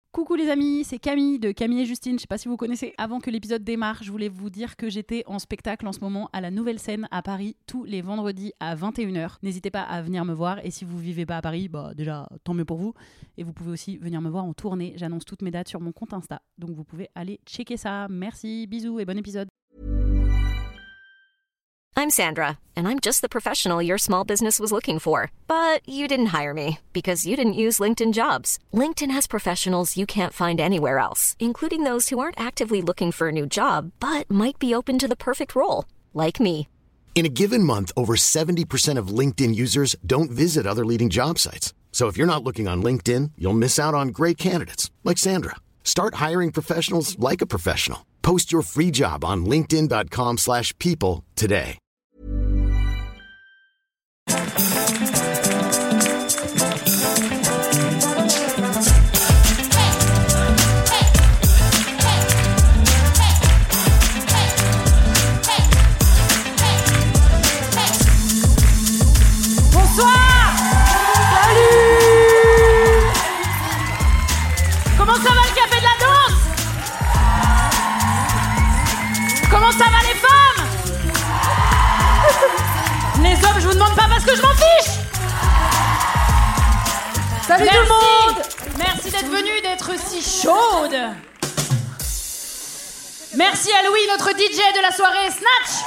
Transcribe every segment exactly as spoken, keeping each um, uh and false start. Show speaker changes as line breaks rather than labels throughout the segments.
Coucou les amis, c'est Camille de Camille et Justine, je sais pas si vous connaissez. Avant que l'épisode démarre, je voulais vous dire que j'étais en spectacle en ce moment à la Nouvelle Scène à Paris tous les vendredis à vingt et une heures. N'hésitez pas à venir me voir et si vous vivez pas à Paris, bah déjà tant mieux pour vous. Et vous pouvez aussi venir me voir en tournée, j'annonce toutes mes dates sur mon compte Insta. Donc vous pouvez aller checker ça. Merci, bisous et bon épisode.
I'm Sandra, and I'm just the professional your small business was looking for. But you didn't hire me because you didn't use LinkedIn Jobs. LinkedIn has professionals you can't find anywhere else, including those who aren't actively looking for a new job, but might be open to the perfect role, like me.
In a given month, over seventy percent of LinkedIn users don't visit other leading job sites. So if you're not looking on LinkedIn, you'll miss out on great candidates like Sandra. Start hiring professionals like a professional. Post your free job on linkedin.com slash people today.
Bonsoir. Salut. Comment ça va le café de la danse? Comment ça va les femmes? Les hommes, je vous demande pas parce que je m'en fiche. Salut Merci. Tout le monde. Merci d'être venu, d'être si chaude. Merci à Louis, notre D J de la soirée Snatch.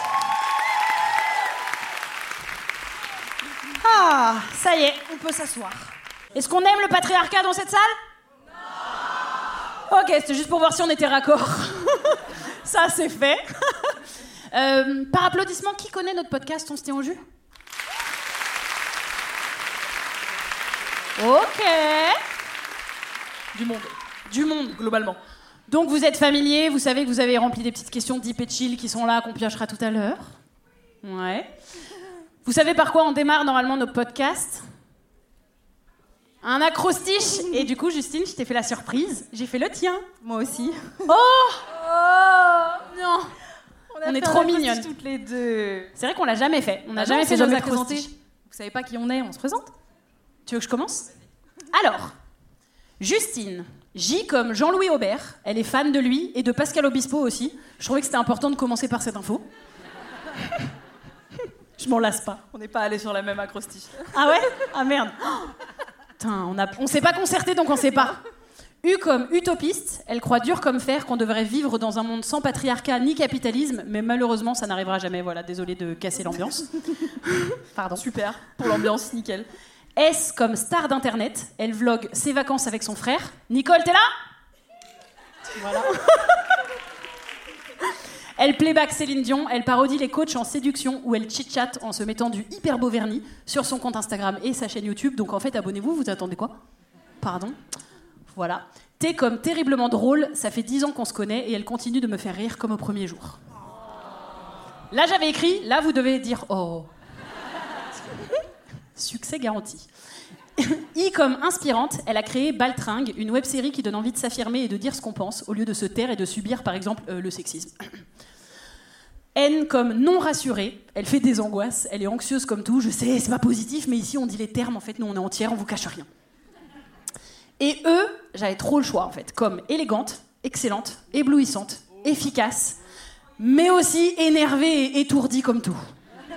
Ah, ça y est, on peut s'asseoir. Est-ce qu'on aime le patriarcat dans cette salle? Non. Ok, c'était juste pour voir si on était raccord. Ça, c'est fait. euh, par applaudissement, qui connaît notre podcast On se tient au jus? Ok. Du monde. Du monde, globalement. Donc, vous êtes familier, vous savez que vous avez rempli des petites questions deep et chill qui sont là, qu'on piochera tout à l'heure. Ouais. Vous savez par quoi on démarre normalement nos podcasts? Un acrostiche. Et du coup, Justine, je t'ai fait la surprise. J'ai fait le tien.
Moi aussi.
Oh, oh non.
On, a
on
est
trop mignonnes.
Toutes les deux.
C'est vrai qu'on l'a jamais fait. On n'a
ah
jamais
non,
fait
jamais
nos
présenté.
acrostiches.
Vous savez pas qui on est, on se présente?
Tu veux que je commence? Alors, Justine, J comme Jean-Louis Aubert. Elle est fan de lui et de Pascal Obispo aussi. Je trouvais que c'était important de commencer par cette info. Je m'en lasse pas.
On n'est pas allés sur la même acrostiche.
Ah ouais? Ah merde. Putain, on a, on s'est pas concerté donc on sait pas. U comme utopiste, elle croit dur comme fer qu'on devrait vivre dans un monde sans patriarcat ni capitalisme, mais malheureusement ça n'arrivera jamais. Voilà, désolée de casser l'ambiance. Pardon.
Super, pour l'ambiance, nickel.
S comme star d'internet, elle vlog ses vacances avec son frère. Nicole, t'es là? Voilà. Elle playback Céline Dion, elle parodie les coachs en séduction ou elle chit-chat en se mettant du hyper beau vernis sur son compte Instagram et sa chaîne YouTube. Donc en fait, abonnez-vous, vous attendez quoi? Pardon. Voilà. T comme terriblement drôle, ça fait dix ans qu'on se connaît et elle continue de me faire rire comme au premier jour. Là, j'avais écrit, là, vous devez dire oh. Succès garanti. I comme inspirante, elle a créé Baltringue, une web-série qui donne envie de s'affirmer et de dire ce qu'on pense, au lieu de se taire et de subir, par exemple, euh, le sexisme. N comme non rassurée, elle fait des angoisses, elle est anxieuse comme tout, je sais, c'est pas positif, mais ici on dit les termes, en fait, nous on est entière, on vous cache rien. Et E, j'avais trop le choix, en fait, comme élégante, excellente, éblouissante, efficace, mais aussi énervée et étourdie comme tout.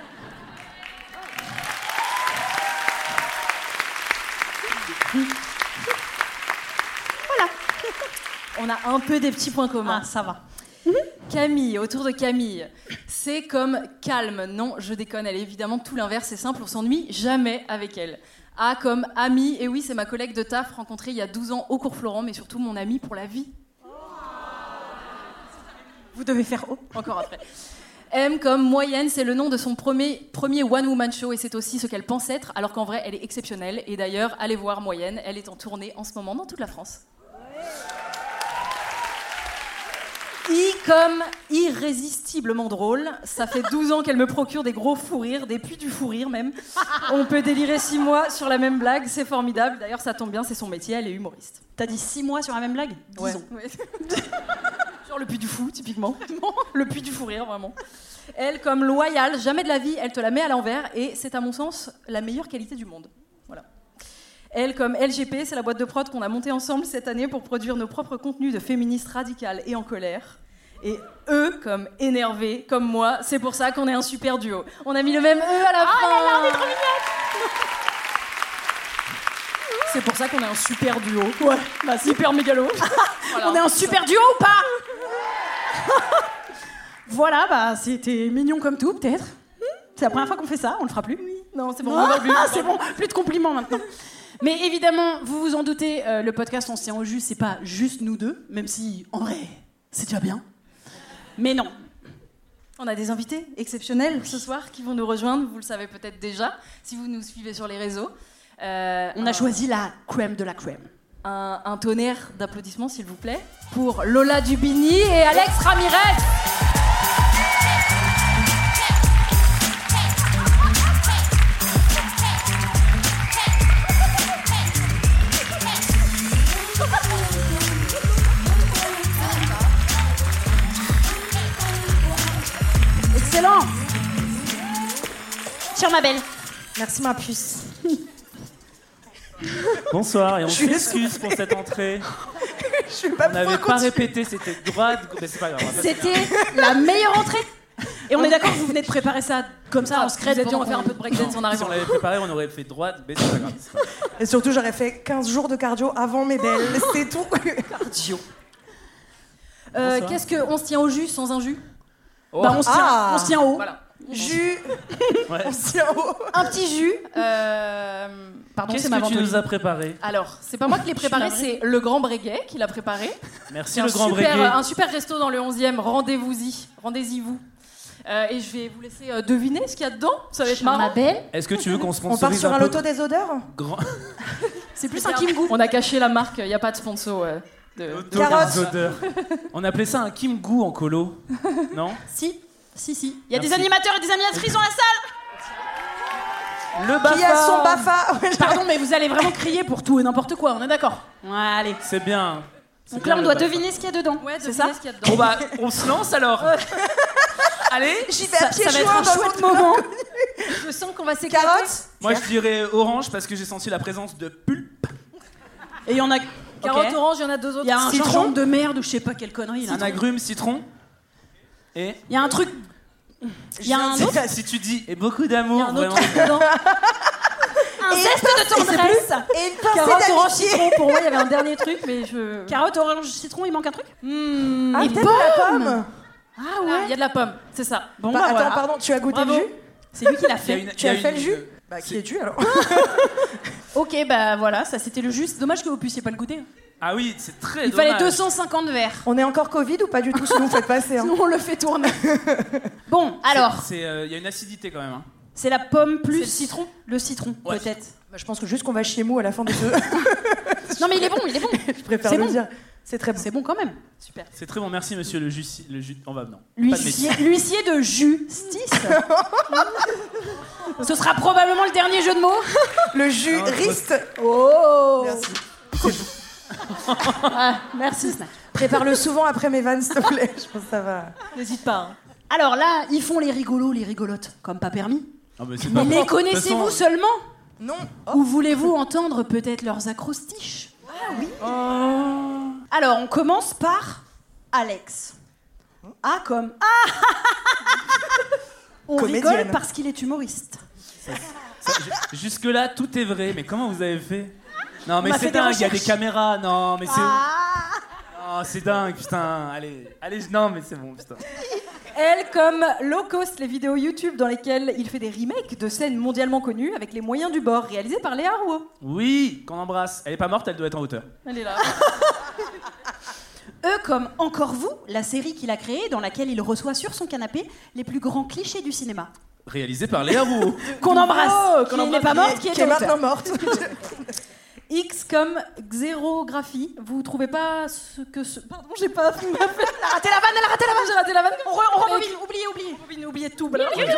Voilà. On a un peu des petits points communs.
Ah, ça va.
Camille, autour de Camille, c'est comme calme. Non, je déconne, elle est évidemment tout l'inverse, c'est simple, on s'ennuie jamais avec elle. A comme amie, et oui, c'est ma collègue de taf rencontrée il y a douze ans au cours Florent, mais surtout mon amie pour la vie.
Vous devez faire O.
Encore après. M comme moyenne, c'est le nom de son premier, premier one-woman show et c'est aussi ce qu'elle pense être, alors qu'en vrai, elle est exceptionnelle. Et d'ailleurs, allez voir Moyenne, elle est en tournée en ce moment dans toute la France. I comme irrésistiblement drôle. Ça fait douze ans qu'elle me procure des gros fous rires, des puits du fou rire même. On peut délirer six mois sur la même blague, c'est formidable. D'ailleurs, ça tombe bien, c'est son métier, elle est humoriste.
T'as dit six mois sur la même blague?
Ouais. Disons. Ouais. Genre le puits du fou, typiquement. Le puits du fou rire, vraiment. Elle, comme loyale, jamais de la vie, elle te la met à l'envers et c'est à mon sens la meilleure qualité du monde. Voilà. L comme L G P, c'est la boîte de prod qu'on a montée ensemble cette année pour produire nos propres contenus de féministes radicales et en colère. Et E comme énervé, comme moi, c'est pour ça qu'on est un super duo. On a mis le même E à la
Oh
fin.
là là, on est trop mignonne.
C'est pour ça qu'on est un super duo.
Ouais, bah
Hyper mégalo.
Voilà. On est un super duo ou pas? Voilà, bah c'était mignon comme tout, peut-être. C'est la première fois qu'on fait ça, on le fera plus.
Oui, non, c'est bon,
Non,
on va plus.
c'est bon, plus de compliments maintenant. Mais évidemment, vous vous en doutez, euh, le podcast On se tient au jus, c'est pas juste nous deux, même si, en vrai, c'est déjà bien. Mais non.
On a des invités exceptionnels ce soir qui vont nous rejoindre, vous le savez peut-être déjà, si vous nous suivez sur les réseaux. Euh,
On a choisi la crème de la crème.
Un, un tonnerre d'applaudissements, s'il vous plaît, pour Lola Dubini et Alex Ramirez.
Excellent. Tiens ma belle.
Merci ma puce.
Bonsoir, et on
Je suis
s'excuse pour cette entrée.
Je suis pas
On n'avait pas répété, c'était droite, mais c'est pas grave.
C'était la meilleure entrée. Et on est d'accord que vous venez de préparer ça comme ça, en secret,
Vous êtes dit, on
pendant
va faire un peu de breakdance en
Si
arrivant.
on l'avait préparé, on aurait fait droite, mais c'est pas grave. c'est pas grave.
Et surtout, j'aurais fait quinze jours de cardio avant mes belles. C'est tout.
cardio.
Euh,
Bonsoir.
Qu'est-ce qu'on se tient au jus sans un jus?
Oh,
Bah on se tient,
Ah.
on se tient haut.
Voilà.
Jus.
ouais.
On se tient haut.
Un petit jus. Euh, Pardon,
Qu'est-ce
c'est ma
que tu
ventoline.
nous as préparé?
Alors, c'est pas moi qui l'ai préparé,
navrée.
c'est le Grand Breguet qui l'a préparé.
Merci
C'est
le
un
grand
super,
breguet.
un super resto dans le onzième, rendez-vous-y, rendez-y vous. Euh, et je vais vous laisser euh, deviner ce qu'il y a dedans, ça va être
Ma
marrant.
belle.
Est-ce que tu veux qu'on
On
sponsorise
part sur un
peu
loto des odeurs.
grand...
C'est plus un Kim Goo.
On a caché la marque, il n'y a pas de sponsor. euh, de...
Loto
Carottes.
des odeurs. On appelait ça un Kim Goo en colo, non?
Si, si, si. Il y a
Merci.
des animateurs et des animatrices dans la salle.
Le
Qui a son
Bafa.
Bafa.
Pardon, mais vous allez vraiment crier pour tout et n'importe quoi, on est d'accord? Ouais, allez.
C'est bien. C'est
Donc
bien,
là, on
le
doit
Bafa.
deviner ce qu'il y a dedans.
Ouais,
c'est
devinez
ça?
ce qu'il y a dedans.
Bon bah, on se lance alors. Allez.
J'y vais
Ça,
à pieds
ça va être
joints
un
dans
chouette
mon-
moment.
Je sens qu'on va s'éclater.
Carottes.
Moi je dirais orange parce que j'ai senti la présence de pulpe.
Et il y en a.
Carotte,
Ok.
orange, il y en a deux autres.
Il y a un
Citron.
gingembre de merde ou je sais pas quelle connerie. là.
Un agrume, citron. Et
Il y a un truc. Il y a un
si,
autre.
si tu dis et beaucoup
Il y a
d'amour,
un autre
vraiment.
truc dedans.
Un zeste de tendresse.
Et une pincée
Carotte, orange,
d'amitié.
citron. Pour moi, il y avait un dernier truc, mais je.
Carotte, orange, citron, il manque un truc?
Hmm,
Ah,
Et
peut-être de la pomme.
Ah
ah,
ouais.
il y a de la pomme, c'est ça.
Bon,
Bah,
bah,
attends,
voilà.
pardon, tu as goûté
Bravo.
le jus?
C'est lui qui l'a
Il y a
fait.
une-
Tu
il y
as
a
fait
une-
le jus?
une-
Bah, qui
c'est-
es-tu alors?
Ok, bah voilà, ça c'était le juste. Dommage que vous puissiez pas le goûter.
Ah oui, c'est très
Il
dommage.
fallait deux cent cinquante verres.
On est encore Covid ou pas du tout? Sinon, vous faites passer. Hein.
Sinon, on le fait tourner. Bon, alors,
C'est, euh, il y a une acidité quand même. Hein.
c'est la pomme plus
C'est le citron.
Le citron,
Ouais.
peut-être.
Bah, je pense que juste qu'on va chier mou à la fin de ce.
Non, mais il est bon, il est bon.
Je préfère
C'est
le
bon.
dire. C'est très bon.
C'est bon quand même.
Super.
C'est très bon, merci monsieur le jus. Le jus. On va non. Pas de
L'huissier,
métier.
l'huissier de justice. Ce sera probablement le dernier jeu de mots.
Le jus
Non,
riste.
Oh.
Merci.
Ah, merci, Snack.
Prépare-le souvent après mes vannes, s'il te plaît. Je pense que ça va.
N'hésite pas. hein.
Alors là, ils font les rigolos, les rigolotes, comme pas permis.
Ah, bah, c'est
Mais
pas-
les
de
connaissez-vous
toute façon,
seulement?
Non.
Ou voulez-vous entendre peut-être leurs acrostiches? Ah oui. Alors, on commence par Alex. Ah, comme ah. On
Comédienne.
rigole parce qu'il est humoriste.
ça, ju- Jusque-là, tout est vrai, mais comment vous avez fait? Non, mais
On a
c'est
fait des
dingue, il y a des
recherches.
caméras. Non, mais c'est.
Ah.
Oh, c'est dingue, putain. Allez, allez, non, mais c'est bon, putain.
Elle comme Low Cost, les vidéos YouTube dans lesquelles il fait des remakes de scènes mondialement connues avec les moyens du bord, réalisées par Léa Rouault.
Oui, qu'on embrasse. Elle est pas morte, elle doit être en hauteur.
Elle est là.
Eux comme Encore vous, la série qu'il a créée dans laquelle il reçoit sur son canapé les plus grands clichés du cinéma.
Réalisé par Léa Rouault.
Qu'on embrasse,
Oh,
qui
qu'on
n'est pas morte, qui est,
Qui est
en hauteur.
maintenant morte.
X comme xérographie. Vous trouvez pas ce que ce... Pardon, j'ai pas...
Elle a raté la vanne, elle a raté la vanne.
J'ai raté la vanne.
On, re, on rebobine, oubliez, oubliez.
Oubliez, oubliez tout.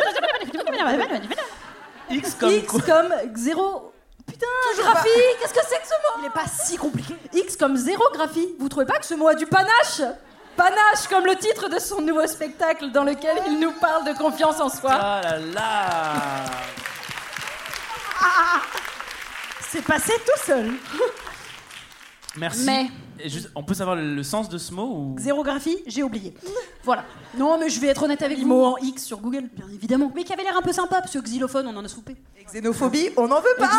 X comme.
X comme xéro... Putain, graphie, qu'est-ce que c'est que ce mot?
Il est pas si compliqué.
X comme zérographie. Vous trouvez pas que ce mot a du panache? Panache comme le titre de son nouveau spectacle dans lequel il nous parle de confiance en soi.
Ah là là.
C'est passé tout seul.
Merci.
Mais
Et juste, on peut savoir le, le sens de ce mot ou...
Xérographie, j'ai oublié. Voilà. Non, mais je vais être honnête avec vous.
Mot en X sur Google.
Bien évidemment. Mais qui avait l'air un peu sympa, parce que xylophone, on en a soupé.
Et xénophobie, on n'en veut pas.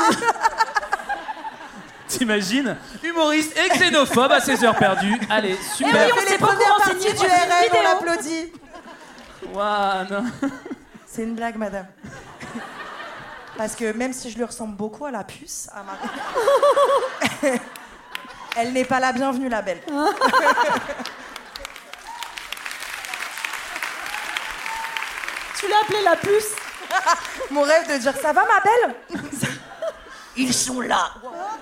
T'imagines? Humoriste et xénophobe à ses heures perdues. Allez, super.
Eh oui,
On fait les
beaucoup
premières
renseigné
parties du
sur
R
une
L, on
vidéo.
l'applaudit.
Ouah, non.
C'est une blague, madame. Parce que même si je lui ressemble beaucoup à la puce, à Marie... Elle n'est pas la bienvenue, la belle.
Tu l'as appelée la puce?
Mon rêve de dire ça va, ma belle.
Ils sont là.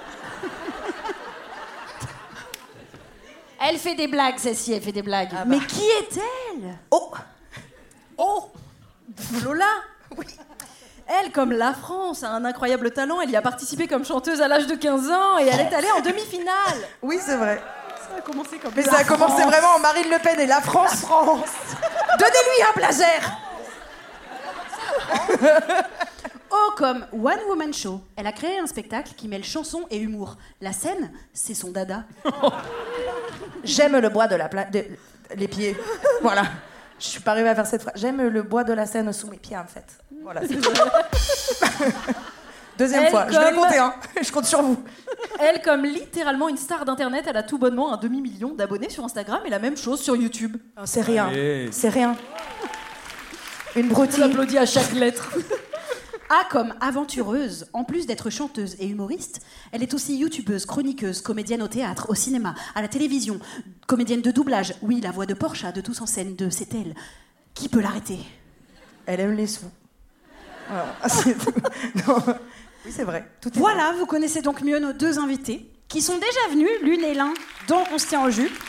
Elle fait des blagues, celle-ci, elle fait des blagues.
Ah bah.
Mais qui est-elle?
Oh,
Oh Lola. Oui. Elle, comme la France, a un incroyable talent. Elle y a participé comme chanteuse à l'âge de quinze ans et elle est allée en demi-finale.
oui, c'est vrai.
Ça a commencé comme
Mais ça a commencé vraiment en Marine Le Pen et la France. France. Donnez-lui un blazer.
Oh, comme One Woman Show. Elle a créé un spectacle qui mêle chanson et humour. La scène, c'est son dada.
J'aime le bois de la pla... de... les pieds. Voilà. Je suis pas arrivée à faire cette phrase. J'aime le bois de la Seine sous mes pieds, en fait. Voilà. C'est Deuxième
Elle
fois. Je vais les
comme-
compter, hein. Je compte sur vous.
Elle, comme littéralement une star d'internet, elle a tout bonnement un demi-million d'abonnés sur Instagram et la même chose sur YouTube.
Oh, c'est rien.
Allez.
C'est rien. Une
On
broutille.
applaudit à chaque lettre.
A comme aventureuse, en plus d'être chanteuse et humoriste, elle est aussi youtubeuse, chroniqueuse, comédienne au théâtre, au cinéma, à la télévision, comédienne de doublage. Oui, la voix de Portia, de Tous en scène, de C'est elle. Qui peut l'arrêter?
Elle aime les sous. Voilà. C'est tout. Non. Oui, c'est vrai. Tout est
Voilà, vous connaissez donc mieux nos deux invités, qui sont déjà venus, l'une et l'un, dont On se tient au jus.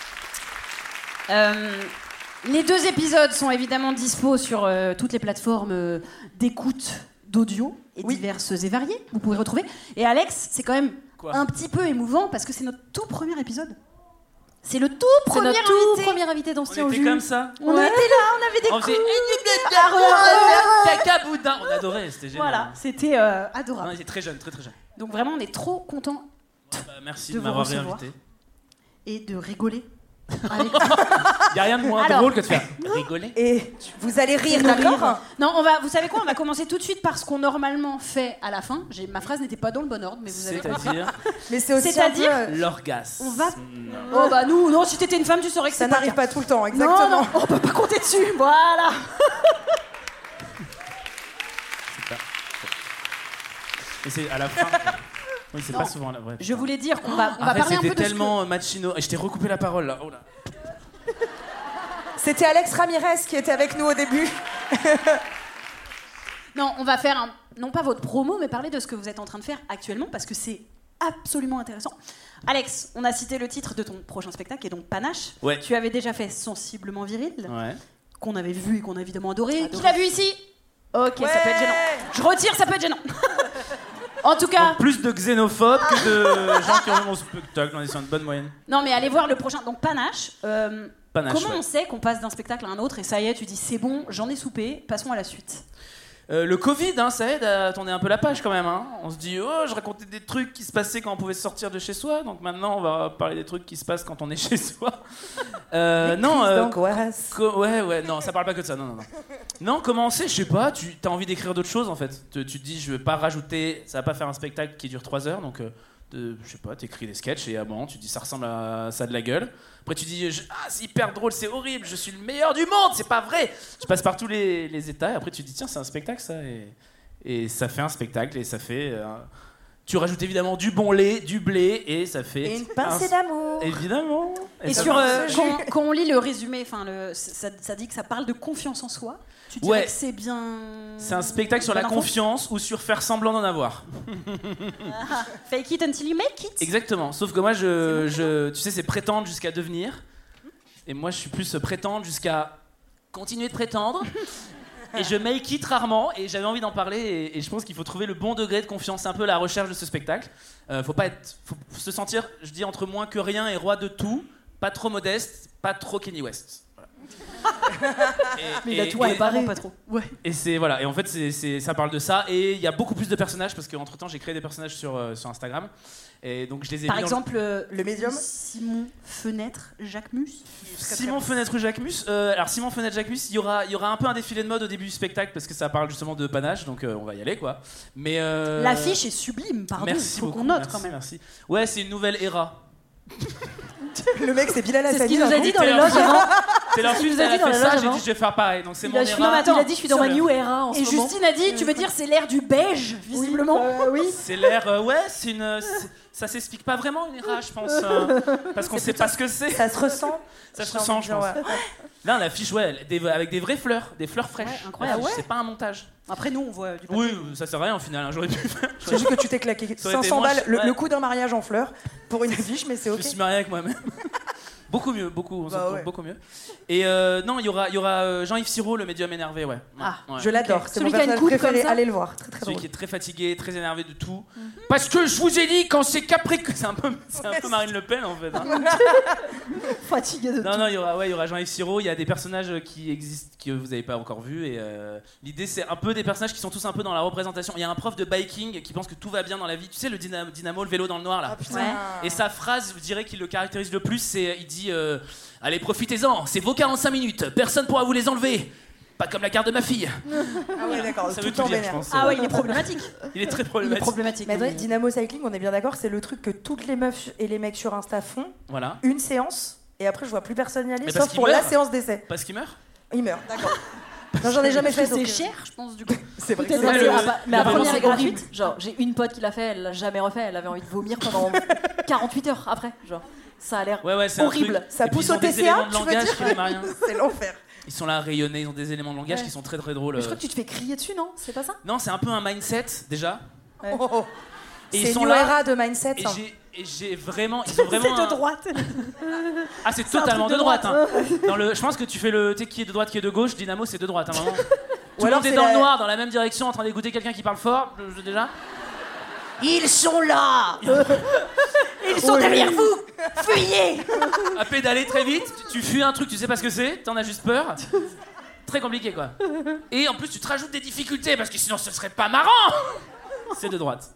Euh, les deux épisodes sont évidemment dispo sur euh, toutes les plateformes euh, d'écoute d'audio et
Oui.
diverses et variées. Vous pouvez retrouver. Et Alex, c'est quand même
Quoi
un petit peu émouvant parce que c'est notre tout premier épisode. C'est le tout
C'est
premier
notre tout
invité.
premier invité dans
On
ce tien au
était
jus.
comme ça.
On était là, on avait des
On faisait...
coups.
Caca boudin. On adorait, c'était génial.
Voilà, c'était euh,
On
adorable.
était très jeunes, très très jeunes.
Donc vraiment, on est trop contents
Bah, merci
De
de,
vous
m'avoir
recevoir.
réinvité.
et de rigoler avec
Il n'y a rien de moins
Alors-
drôle que de faire rigoler.
Et vous allez rire,
de rire.
d'accord?
Non, on va. Vous savez quoi? On va commencer tout de suite par ce qu'on normalement fait à la fin. J'ai, ma phrase n'était pas dans le bon ordre, mais vous avez compris.
C'est-à-dire
Mais c'est aussi un
C'est-à-dire
peu, euh,
l'orgasme.
On va. Oh bah nous, non. Si t'étais une femme, tu saurais que
ça
c'est pas
n'arrive
le cas.
pas tout le temps, exactement.
Non, non, on peut pas compter dessus. Voilà.
Et c'est à la fin. Oui, c'est
Non.
pas souvent la vraie.
Je voulais dire qu'on va, on va
Arrête,
parler un peu
c'était
de ce
tellement machino. Et je t'ai recoupé la parole là. Oh là.
C'était Alex Ramirez qui était avec nous au début.
que... Non, on va faire un... non pas votre promo, mais parler de ce que vous êtes en train de faire actuellement parce que c'est absolument intéressant. Alex, on a cité le titre de ton prochain spectacle qui est donc Panache.
Ouais.
Tu avais déjà fait Sensiblement viril,
Ouais.
qu'on avait vu et qu'on a évidemment adoré. Qui l'a vu ici? Ok, ça peut être gênant. Je retire, ça peut être gênant. En tout cas,
Donc, plus de xénophobes que de gens qui ont vu mon spectacle. On est sur une bonne moyenne.
non mais allez voir le prochain. Donc Panache. euh,
Panache,
comment
ouais.
on sait qu'on passe d'un spectacle à un autre et ça y est, tu dis c'est bon, j'en ai soupé, passons à la suite.
Euh, le Covid, hein, ça aide à tourner un peu la page quand même. Hein. On se dit, oh, je racontais des trucs qui se passaient quand on pouvait sortir de chez soi. Donc maintenant, on va parler des trucs qui se passent quand on est chez soi. Euh, non, euh,
d'angoisse.
co- ouais, ouais, non, ça parle pas que de ça. Non, non, non. Non, comment on sait, je sais pas. Tu as envie d'écrire d'autres choses en fait. Tu, tu te dis, je vais pas rajouter, ça va pas faire un spectacle qui dure trois heures. Donc, euh, de, je sais pas, t'écris des sketchs et à un moment, tu te dis, ça ressemble à ça a de la gueule. Après, tu dis, je- ah, c'est hyper drôle, c'est horrible, je suis le meilleur du monde, c'est pas vrai. Tu passes par tous les, les états et après, tu te dis, tiens, c'est un spectacle ça. Et, et ça fait un spectacle et ça fait. euh, tu rajoutes évidemment du bon lait, du blé et ça fait.
Et une pincée
un-
d'amour.
Évidemment.
Et
ça
sur
fait-
euh, quand, quand on lit le résumé, enfin le, ça, ça dit que ça parle de confiance en soi. Tu dirais
Ouais.
que c'est bien.
C'est un spectacle sur la
Bonne info.
confiance ou sur faire semblant d'en avoir.
Fake it until you make it.
Exactement. Sauf que moi, je, je, tu sais, c'est prétendre jusqu'à devenir. Et moi, je suis plus prétendre jusqu'à continuer de prétendre. Et je make it rarement. Et j'avais envie d'en parler. Et, et je pense qu'il faut trouver le bon degré de confiance. C'est un peu la recherche de ce spectacle. Euh, faut pas être, faut se sentir, je dis, entre moins que rien et roi de tout. Pas trop modeste, pas trop Kenny West. Voilà.
Mais il a tout réparé. Pas trop. Ouais.
Et c'est voilà. Et en fait, c'est, c'est, ça parle de ça. Et il y a beaucoup plus de personnages parce qu'entre temps, j'ai créé des personnages sur euh, sur Instagram. Et donc je les ai.
Par
mis
exemple,
dans
le,
le médium.
Simon Fenêtre Jacquemus.
Simon Fenêtre Jacquemus. Euh, alors Simon Fenêtre Jacquemus, il y aura il y aura un peu un défilé de mode au début du spectacle parce que ça parle justement de panache. Donc euh, on va y aller quoi. Mais euh...
l'affiche est sublime. Pardon.
Merci
faut
beaucoup,
qu'on note
merci,
quand même.
Merci. Ouais, c'est une nouvelle era.
Le mec, c'est Bilal Hassani.
C'est ce qu'il nous a dit dans les loges avant.
C'est leur suite, elle a fait ça, j'ai dit je vais faire pareil. Donc c'est mon era.
Non, mais attends,
il a dit je suis dans ma new era en ce
Et
moment.
Justine a dit, tu veux dire c'est l'ère du beige, visiblement.
Oui.
C'est l'air, euh, ouais, c'est une, c'est- ça s'explique pas vraiment une era, je pense, euh, parce qu'on sait pas ce que c'est.
Ça se ressent.
Ça se
J'ai
ressent,
envie
je
de
pense.
dire, ouais.
Là, l'affiche, ouais, des- avec des vraies fleurs, des fleurs fraîches.
Ouais, incroyable.
L'affiche,
Ah ouais
c'est pas un montage.
Après, nous, on voit du papier.
Oui, ça sert à rien au final. hein, J'aurais pu faire.
C'est juste que tu t'es claqué
Ça aurait été
cinq cents
moins
balles,
ch-
le,
ouais.
le coût d'un mariage en fleurs pour une affiche, mais c'est
Je
ok.
me suis marié avec moi-même. Beaucoup mieux, beaucoup, on
Bah
s'en trouve
ouais.
beaucoup mieux. Et euh, non, il y aura, il y aura euh, Jean-Yves Siro, le médium énervé, ouais.
Ah,
Ouais.
Je l'adore, c'est
Celui
mon
qui a une
personnage
coupe
préféré.
comme ça.
Allez le voir, très très
Celui
drôle.
qui est très fatigué, très énervé de tout. Parce que je vous ai dit, quand c'est Capricorne. C'est un peu, c'est un peu Marine Le Pen en fait. hein.
Fatigué de
Non, non, il y aura, ouais, il y aura Jean-Yves Siro. Il y a des personnages qui existent que vous n'avez pas encore vus. Et euh, l'idée, c'est un peu des personnages qui sont tous un peu dans la représentation. Il y a un prof de biking qui pense que tout va bien dans la vie. Tu sais, le dynamo, dynamo le vélo dans le noir là.
Ah, putain.
Ouais.
Et sa phrase, je dirais, qui le caractérise le plus, c'est il dit euh, allez, profitez-en, c'est vos quarante-cinq minutes, personne pourra vous les enlever. Pas comme la carte de ma fille.
Ah ouais, d'accord,
Ça
tout
veut
le
tout
temps
dire, je
vénère.
pense.
Ah ouais, il est problématique.
Il est très
Il est
problématique.
problématique.
Mais attendez,
oui.
Dynamo Cycling, on est bien d'accord, c'est le truc que toutes les meufs et les mecs sur Insta font,
Voilà.
une séance, et après je vois plus personne y aller,
Mais parce
sauf
qu'ils
pour la
meurent.
séance d'essai.
Parce qu'il meurt.
Il meurt, d'accord. Non, j'en ai jamais
Parce que
fait. donc,
c'est
euh,
cher, je pense, du coup.
C'est vrai.
Peut-être
que
Ouais,
que
le-
c'est-
Ah bah, mais
le
la première
vélo,
est
c'est
gratuite. Genre, j'ai une pote qui l'a fait, elle l'a jamais refait, elle avait envie de vomir pendant quarante-huit heures après. Genre, ça a l'air
Ouais, ouais, c'est
horrible.
Un truc.
Ça
Et puis,
pousse
ils ont
au
des
T C A,
éléments de
tu veux
langage
dire
qui démarrent rien.
c'est l'enfer.
Ils sont là à rayonner, ils ont des éléments de langage
Ouais.
qui sont très très drôles.
Mais je crois que tu te fais crier dessus, non? C'est pas ça?
Non, c'est un peu un mindset déjà.
Ouais.
Oh, oh.
Et ils
C'est
sont
New
là.
Era de mindset.
Et
hein.
j'ai, et j'ai vraiment, ils ont vraiment.
C'est
un-
de droite.
Ah, c'est
un
totalement
truc
de
de
droite. hein. Dans le, je pense que tu fais le, tu sais qui est de droite, qui est de gauche. Dynamo, c'est de droite. Hein, vraiment. Tout
Ou
le
alors
monde est
c'est
dans
la-
le noir, dans la même direction, en train d'écouter quelqu'un qui parle fort. je- je- déjà.
Ils sont là. Ils sont derrière vous. Fuyez.
À pédaler très vite, tu, tu fuis un truc, tu sais pas ce que c'est, t'en as juste peur. Très compliqué quoi. Et en plus, tu te rajoutes des difficultés parce que sinon, ce serait pas marrant. C'est de droite.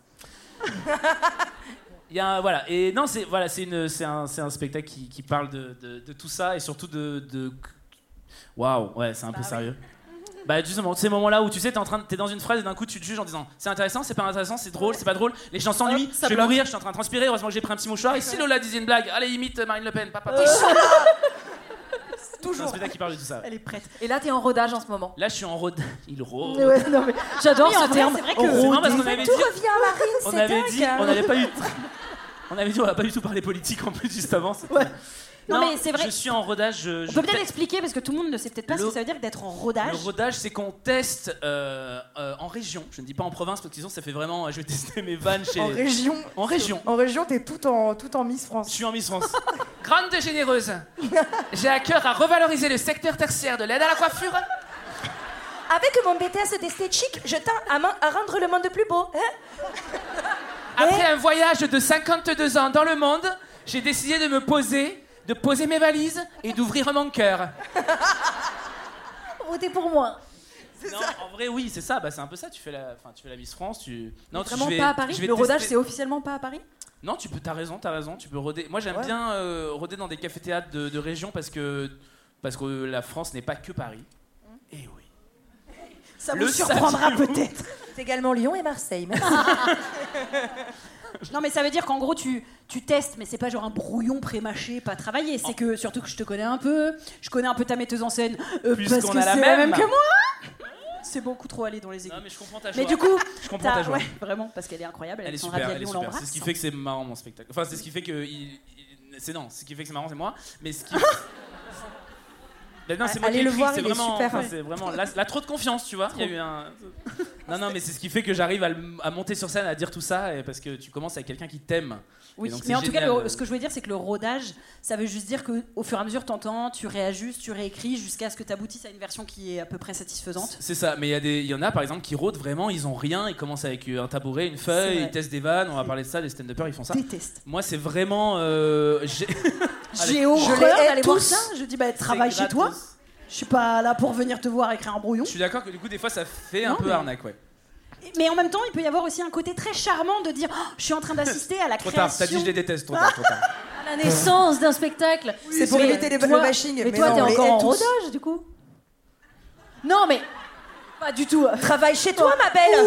Il y a un- voilà et non c'est voilà c'est une c'est un c'est un spectacle qui, qui parle de, de, de tout ça et surtout de de waouh ouais c'est un peu sérieux. Bah justement ces moments-là où tu sais t'es en train de- t'es dans une phrase et d'un coup tu te juges en disant c'est intéressant c'est pas intéressant c'est drôle c'est pas drôle les gens s'ennuient
Hop, ça
je vais
bloque.
mourir je suis en train de transpirer heureusement que j'ai pris un petit mouchoir et si Lola disait une blague allez imite Marine Le Pen papa. C'est un
Toujours.
spectacle qui parle de tout ça.
Elle est prête.
Et là, t'es en rodage en ce moment.
Là je suis en road il rôde.
Ouais, non, mais j'adore
Oui, en
ce
vrai,
terme.
c'est vrai que-
C'est marrant parce qu'on avait dit
Tout revient à Marine,
on
c'est
avait
dingue.
dit on n'avait pas eu on avait dit on va pas du tout parler politique en plus juste avant. c'était-
Non, mais c'est vrai.
Je suis en rodage. Je,
On
je
peut peut-être
te-
expliquer parce que tout le monde ne sait peut-être pas ce
Le-
que ça veut dire d'être en rodage.
Le rodage, c'est qu'on teste euh, euh, en région. Je ne dis pas en province parce que sinon ça fait vraiment. Je vais tester mes vannes chez.
En région.
En région.
En région, t'es tout en, tout en Miss
Je
France.
suis en Miss France. Grande et généreuse. J'ai à cœur à revaloriser le secteur tertiaire de l'aide à la coiffure.
Avec mon B T S d'esthétique, je tends à, man- à rendre le monde plus beau. Hein.
Après un voyage de cinquante-deux ans dans le monde, j'ai décidé de me poser, de poser mes valises et d'ouvrir mon cœur.
Votez pour moi.
Non, en vrai, oui, c'est ça. Bah, c'est un peu ça. Tu fais la, enfin, tu fais la Miss France. Tu. Non, tu-
Vraiment
je vais-
pas à Paris?
je vais
Le rodage,
tester-
c'est officiellement pas à Paris?
Non, tu peux. T'as raison, t'as raison. Tu peux roder. Moi, j'aime
Ouais.
bien euh, roder dans des cafés-théâtres de, de région parce que parce que la France n'est pas que Paris. Et oui.
Ça
Le
vous surprendra
saviez-vous
peut-être.
C'est également Lyon et Marseille. Merci.
Non, mais ça veut dire qu'en gros, tu, tu testes, mais c'est pas genre un brouillon pré-mâché, pas travaillé. C'est que, surtout que je te connais un peu, je connais un peu ta metteuse en scène, euh,
Puisqu'on
parce que
a la
c'est
même.
la même que moi. C'est beaucoup trop aller dans les
Non,
égouts.
mais je comprends ta joie.
Mais du coup,
je comprends
t'as-
ta joie.
ouais, vraiment, parce qu'elle est incroyable.
Elle est
Alexandra
super, elle est
Vialli, on
super.
l'embrasse.
C'est ce qui fait que c'est marrant mon spectacle. Enfin, c'est ce qui fait que il- il- c'est non, ce qui fait que c'est marrant c'est moi. Mais ce qui Ben non, c'est moi
Allez
qui
le
écris,
voir,
c'est
il est
vraiment,
super.
enfin, c'est vraiment là, là, trop de confiance, tu vois. Il y a eu un. Non, non, mais c'est ce qui fait que j'arrive à, le- à monter sur scène, à dire tout ça, et parce que tu commences avec quelqu'un qui t'aime.
Oui,
Et donc,
mais
c'est
en tout cas,
génial.
le- ce que je voulais dire, c'est que le rodage, ça veut juste dire qu'au fur et à mesure, t'entends, tu réajustes, tu réécris, jusqu'à ce que tu aboutisses à une version qui est à peu près satisfaisante.
C'est ça, mais il y, a des- il y en a par exemple qui rôdent vraiment, ils ont rien, ils commencent avec un tabouret, une
C'est
feuille,
vrai.
ils testent des vannes, on va parler de ça, les stand-uppers ils font ça.
Déteste.
Moi c'est vraiment. euh, j'ai-
J'ai
je
horreur
les hais
d'aller voir
tous.
ça. Je dis, bah, travaille
C'est
chez toi.
gratos.
Je suis pas là pour venir te voir écrire un brouillon.
Je suis d'accord que du coup, des fois, ça fait un
Non,
peu
mais-
arnaque, ouais.
Mais en même temps, il peut y avoir aussi un côté très charmant de dire oh, je suis en train d'assister à la
Trop
création.
tard, t'as dit je les déteste, trop tard, trop tard.
À la naissance d'un spectacle.
C'est pour
Mais
éviter les-
toi-
le bashing.
Mais toi,
non,
t'es
on les
encore
hait
en
tous.
rodage, du coup. Non, mais pas du tout.
Travaille chez toi, ma belle.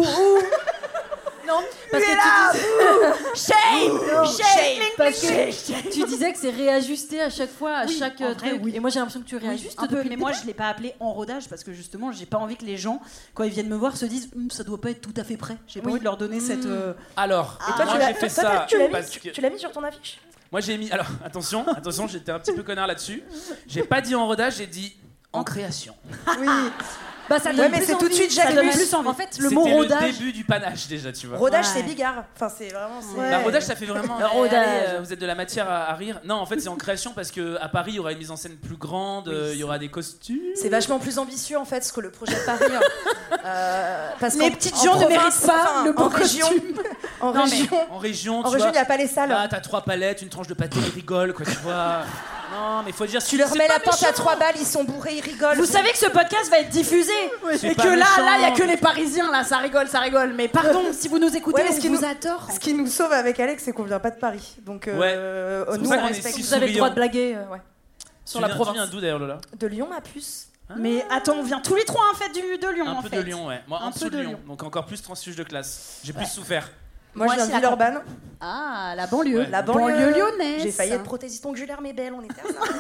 Non, parce que tu dis-
Shame,
shame, parce que tu disais que c'est réajusté à chaque fois, à
Oui,
chaque
en
euh,
vrai,
truc.
oui.
Et moi, j'ai l'impression que tu réajustes
un peu,
depuis
mais
le
moi
début.
je l'ai pas appelé en rodage parce que justement j'ai pas envie que les gens quand ils viennent me voir se disent Hum, ça doit pas être tout à fait prêt. J'ai pas
Oui.
envie de leur donner cette. euh,
Alors,
Toi,
moi
tu l'as-
j'ai fait
toi,
ça
tu l'as mis,
parce
tu-
que...
tu l'as mis sur ton affiche.
Moi j'ai mis... Alors, attention, attention, j'étais un petit peu connard là-dessus. J'ai pas dit en rodage, j'ai dit en création.
Oui.
Bah, ça
Ouais,
donne
mais
plus
c'est tout de
envie.
suite
Ça
Jacques
donne
Mus.
plus envie. En fait, le
C'était
mot
le
rodage.
début du panache déjà, tu vois.
Rodage,
Ouais.
c'est bigard. Enfin, c'est vraiment. c'est-
Ouais.
Bah, rodage, ça fait vraiment.
Le
eh,
rodage.
allez, euh, vous êtes de la matière à, à rire. Non, en fait, c'est en création parce que à Paris, il y aura une mise en scène plus grande, euh, il y aura des costumes.
C'est vachement plus ambitieux en fait ce que le projet de Paris. hein. Euh, parce
Les
qu'en-
petites
en
gens ne
province,
méritent pas
enfin,
le bon
en région.
costume.
En
Non, mais
région,
en région,
en
tu
région,
vois.
il n'y a pas les salles.
Là, t'as trois palettes, une tranche de pâté, ils rigolent, quoi, tu vois. Non, mais faut dire.
Tu leur
c'est
mets
pas
la pinte à
méchant.
trois balles, ils sont bourrés, ils rigolent.
Vous savez que ce podcast va être diffusé
C'est
et
pas
que là,
méchant.
là, il y a que les Parisiens là, ça rigole, ça rigole. Mais pardon, si vous nous écoutez,
Ouais, mais
on
ce qui
vous
nous-
adore.
Ce qui nous sauve avec Alex, c'est qu'on vient pas de Paris. Donc, euh,
C'est pour
nous,
ça
on
qu'on est
respecte.
si
Vous avez le droit de
souriant.
blaguer. euh, ouais.
Sur
la
la
province.
Tu viens d'où d'ailleurs, Lola?
De Lyon, ma puce.
Mais attends, on vient tous les trois en fait du, de Lyon
Un
en
peu
fait.
de Lyon, ouais. Moi,
Un
en
peu
dessous de
de
Lyon.
Lyon.
Donc encore plus transfuge de classe. J'ai plus souffert.
Moi,
Moi
je viens
aussi,
de
la
Villeurbanne.
Ah, la banlieue.
Ouais.
La
banlieue,
banlieue
lyonnaise.
J'ai failli être prothésiste ongulaire, mais belle, on était à ça.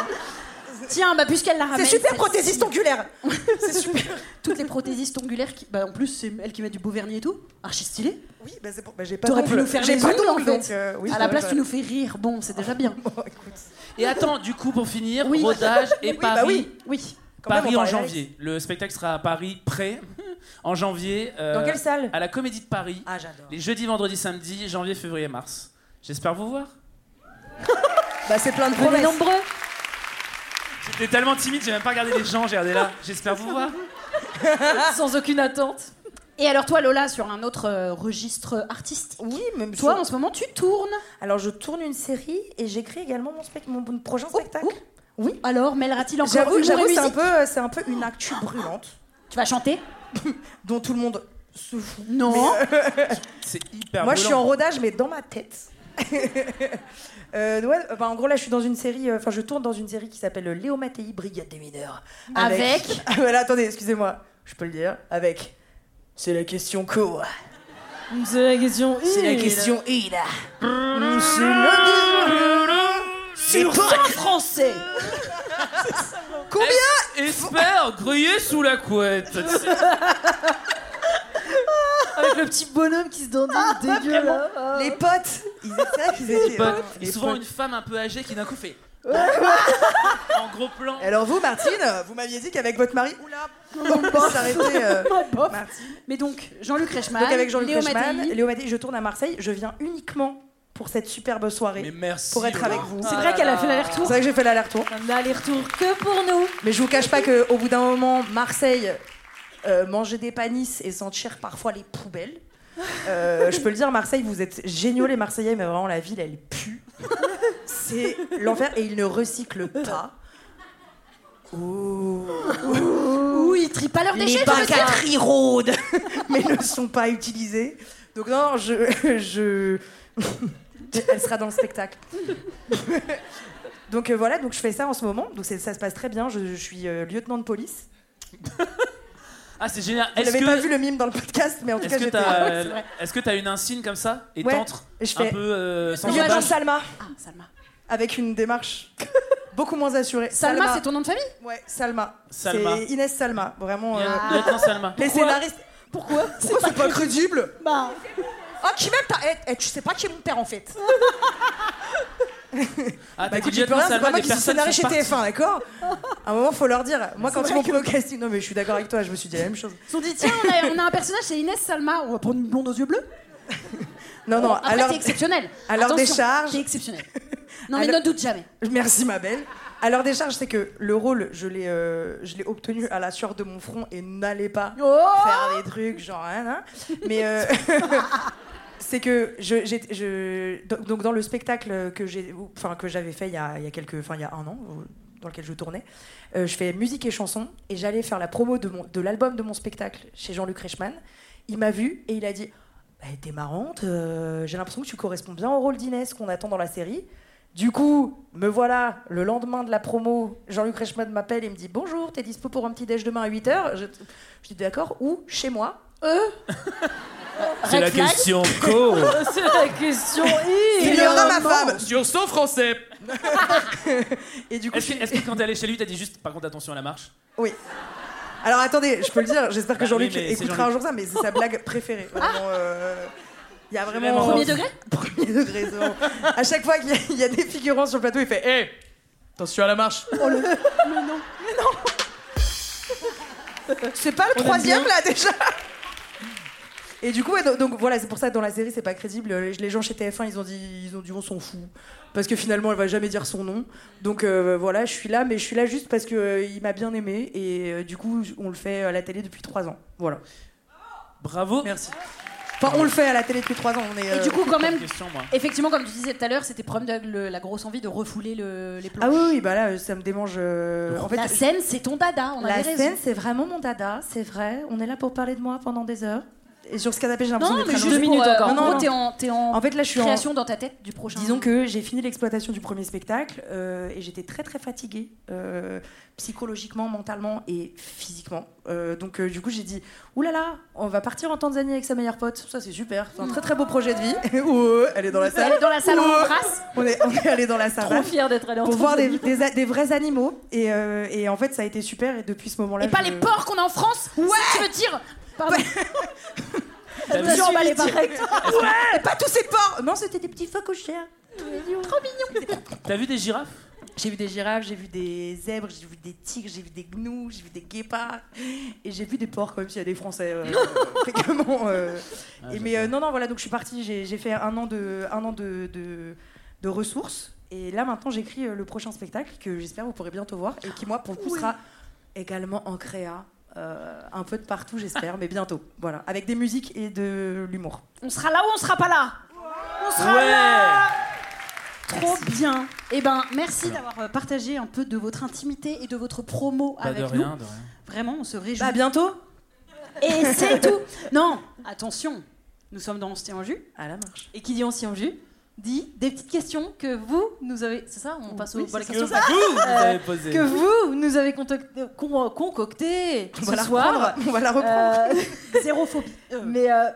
Tiens, bah puisqu'elle la ramène.
C'est super
celle-ci.
prothésiste ongulaire. C'est super.
Toutes les prothésistes ongulaires, qui... bah en plus c'est elles qui mettent du beau vernis et tout. Archi stylé.
Oui, bah c'est pour. Bah, j'ai pas
T'aurais
d'ongles.
pu nous faire
J'ai
les
pas
ongles, en
d'ongles,
fait.
donc, euh, oui,
À
c'est
la
vrai,
place,
ouais.
tu nous fais rire. Bon, c'est déjà bien.
Bon, écoute.
Et attends, du coup, pour finir,
Oui.
rodage et
Oui,
Paris.
bah oui.
Oui.
Quand même,
Paris
on
en
parlait d'Alex.
janvier. Le spectacle sera à Paris, prêt, en janvier. euh,
Dans quelle salle?
À la Comédie de Paris.
Ah, j'adore.
Les jeudis, vendredis, samedis, janvier, février, mars. J'espère vous voir.
Bah, c'est plein de
Venez
promesses.
nombreux.
J'étais tellement timide, j'ai même pas regardé les gens, j'ai regardé là. J'espère vous voir.
Sans aucune attente.
Et alors toi Lola, sur un autre euh, registre artistique.
Oui, même
Toi
sur-
en ce moment tu tournes.
Alors, je tourne une série et j'écris également mon, spec- mon, mon prochain spectacle.
oh. Oui. Alors mêlera-t-il encore
J'avoue,
humour
j'avoue,
et
c'est un
musique
peu, c'est un peu une actu brûlante
Tu vas chanter?
dont tout le monde se fout.
Non.
C'est hyper
Moi, je suis en
brûlant.
rodage, mais dans ma tête. Euh, ouais, bah, en gros, là, je suis dans une série. Enfin, je tourne dans une série qui s'appelle Léo Mattei, Brigade des mineurs.
Avec
Ah, voilà, attendez, excusez-moi, je peux le dire. Avec. C'est la question quoi?
C'est la question.
C'est la
une.
question Ida. C'est la
sur cent français.
Combien?
Espère griller sous la couette.
Avec le petit bonhomme qui se dandine dégueu là. Ah.
Les potes, ils étaient qu'ils étaient.
Bah,
euh,
et
les
souvent
potes.
une femme un peu âgée qui d'un coup fait. En gros plan.
Alors vous, Martine, vous m'aviez dit qu'avec votre mari, oula, on peut s'arrêter. euh,
Bof.
Martine.
Mais donc Jean-Luc Reichmann,
Donc avec Jean-Luc
Léo
Reichmann,
Mattei.
Léo Mattei, je tourne à Marseille. Je viens uniquement pour cette superbe soirée,
Mais merci.
pour être
Lola.
avec vous.
C'est
Ah
vrai
là
qu'elle a
là.
fait l'aller-retour.
C'est vrai que j'ai fait l'aller-retour.
Un aller-retour que pour nous.
Mais je vous cache pas qu'au bout d'un moment, Marseille, euh, manger des panisses et sentir parfois les poubelles. Euh, je peux le dire, Marseille, vous êtes géniaux les Marseillais, mais vraiment la ville, elle pue. C'est l'enfer et ils ne recyclent pas. Ouh.
Ouh, ils trient pas leurs
Les
déchets.
bacs
tu veux
à
dire
tri rôdent, mais ne sont pas utilisés. Donc non, je, je... elle sera dans le spectacle. Donc euh, voilà, donc je fais ça en ce moment. Donc c'est- ça se passe très bien. Je, je suis euh, lieutenant de police.
Ah, c'est génial.
Vous
Est-ce
n'avez
que
pas vu le mime dans le podcast, mais en tout
est-ce
cas
que
j'étais.
t'as
Ouais, c'est vrai.
est-ce que t'as une insigne comme ça et
Ouais,
t'entres
et je
un
fais-
peu euh, sans
Lieutenant
embâche.
Salma,
Ah, Salma.
avec une démarche beaucoup moins assurée.
Salma, c'est ton nom de famille?
Ouais, Salma.
Salma.
C'est Inès Salma, vraiment. euh,
Lieutenant Lieutenant Salma.
Les scénaristes.
Pourquoi?
Pourquoi c'est pas crédible?
Bah,
Oh, qui même t'as. Eh, eh, tu sais pas qui est mon père en fait.
Ah,
Bah
t'as
écoute,
dit
j'y peux
Lieutenant
rien, c'est
Salma,
pas moi
des
qui suis
personnes
scénariste
sont
chez T F un,
parties.
d'accord? À un moment, faut leur dire. Moi, quand
C'est
ils
vrai
m'ont pris au casting, non mais je suis d'accord avec toi, je me suis dit la même chose.
ils se sont dit tiens, on a, on a un personnage, c'est Inès Salma. On va prendre une blonde aux yeux bleus.
Non, non,
Après,
alors.
t'es exceptionnel.
à l'heure des
Attention,
charges-
T'es exceptionnel. Non, mais
Alors-
ne doute jamais.
Merci ma belle. À l'heure des charges, c'est que le rôle, je l'ai, euh, je l'ai obtenu à la sueur de mon front et n'allez pas
Oh
faire des trucs genre hein, hein. Mais euh, c'est que je, j'ai, je, donc dans le spectacle que j'ai, enfin que j'avais fait il y a, il y a quelques, enfin il y a un an, dans lequel je tournais. Euh, je fais musique et chanson et j'allais faire la promo de, mon, de l'album de mon spectacle chez Jean-Luc Reichmann. Il m'a vu et il a dit bah, « T'es marrante, euh, j'ai l'impression que tu corresponds bien au rôle d'Inès qu'on attend dans la série. » Du coup, me voilà, le lendemain de la promo, Jean-Luc Reichmann m'appelle et me dit « Bonjour, t'es dispo pour un petit déj demain à huit heures ?» Je, je dis « D'accord, où ? Chez moi ?» Euh
C'est la question co.
C'est la question I.
Il y aura ma femme
Sur son français.
Et du coup,
Est-ce que, est-ce que quand t'es allé chez lui, t'as dit juste par contre attention à la marche?
oui. Alors attendez, je peux le dire, j'espère que
Bah
Jean-Luc
oui, mais c'est
écoutera un
Jean-Luc.
jour ça, mais c'est sa blague préférée. Vraiment, euh, il y a vraiment...
Vraiment.
Premier degré
Premier degré, c'est vraiment- À chaque fois qu'il y a, il y a des figurants sur le plateau, il fait hé, hey, attention à la marche. Oh, le... Mais non, mais non. C'est pas le troisième là déjà. Et du coup, ouais, donc, donc, voilà, c'est pour ça que dans la série, c'est pas crédible. Les, les gens chez T F un, ils ont dit, ils ont dit, on s'en fout, parce que finalement, elle va jamais dire son nom. Donc euh, voilà, je suis là, mais je suis là juste parce que euh, il m'a bien aimé et euh, du coup, on le fait à la télé depuis trois ans. Voilà.
Bravo.
Merci. Enfin, on le fait à la télé depuis trois ans. On est,
Et
euh,
du coup, quand même,
Question, moi.
effectivement, comme tu disais tout à l'heure, c'était problème de le- la grosse envie de refouler le- les planches.
Ah oui, oui, bah là, ça me démange. euh, En fait,
La scène, c'est ton dada, on
la
avait raison.
scène, c'est vraiment mon dada, c'est vrai. On est là pour parler de moi pendant des heures. Et sur ce canapé, j'ai
Non,
l'impression
mais
d'être
juste
allongée.
deux minutes
pour, euh,
encore.
non,
En
non,
gros,
non.
t'es en, t'es en
En fait, là, je suis en...
création dans ta tête du prochain.
Disons que j'ai fini l'exploitation du premier spectacle euh, et j'étais très très fatiguée, euh, psychologiquement, mentalement et physiquement. Euh, donc euh, du coup j'ai dit oulala, on va partir en Tanzanie avec sa meilleure pote. Ça c'est super, c'est un très très beau projet de vie. Ouh, elle est dans la salle.
Elle est dans la salle, on
Ouh,
l'embrasse.
on est, on est allé dans la salle
Trop fière d'être allée en
pour voir des,
Tanzanie.
des, des vrais animaux et, euh, et en fait ça a été super et depuis ce moment-là.
Et pas
je-
les porcs qu'on a en France. Ouais. Tu veux dire Pardon.
T'as vu-
Attention, on va les pareils.
Et pas tous ces porcs. Non, c'était des petits phocochères.
Trop mignon.
T'as vu des girafes?
J'ai vu des girafes, j'ai vu des zèbres, j'ai vu des tigres, j'ai vu des gnous, j'ai vu des guépards et j'ai vu des porcs quand même s'il y a des Français euh, fréquemment. euh.
Ah,
Et mais euh, non non voilà, donc je suis partie, j'ai j'ai fait un an de un an de, de, de ressources et là maintenant j'écris euh, le prochain spectacle que j'espère vous pourrez bientôt voir et qui moi pour le coup sera également en créa. Euh, un peu de partout j'espère mais bientôt voilà avec des musiques et de l'humour.
On sera là ou on sera pas là? On sera
Ouais.
là. Trop bien. Eh ben, merci d'avoir euh, partagé un peu de votre intimité et de votre promo
Bah,
avec
de
nous.
rien, de rien.
Vraiment, on se réjouit.
Bah bientôt
Et c'est tout. Non, attention. Nous sommes dans On se tient en jus.
à la marche.
Et qui dit on s'y en jus dit des petites questions que vous nous avez. C'est ça, on passe aux
Oui,
bonnes
c'est
Que
questions.
vous, vous avez posé.
Que vous nous avez contacté- con- concocté
On va
ce
la
soir.
reprendre. On va la reprendre.
Euh,
Zéro phobie. Euh,
mais euh,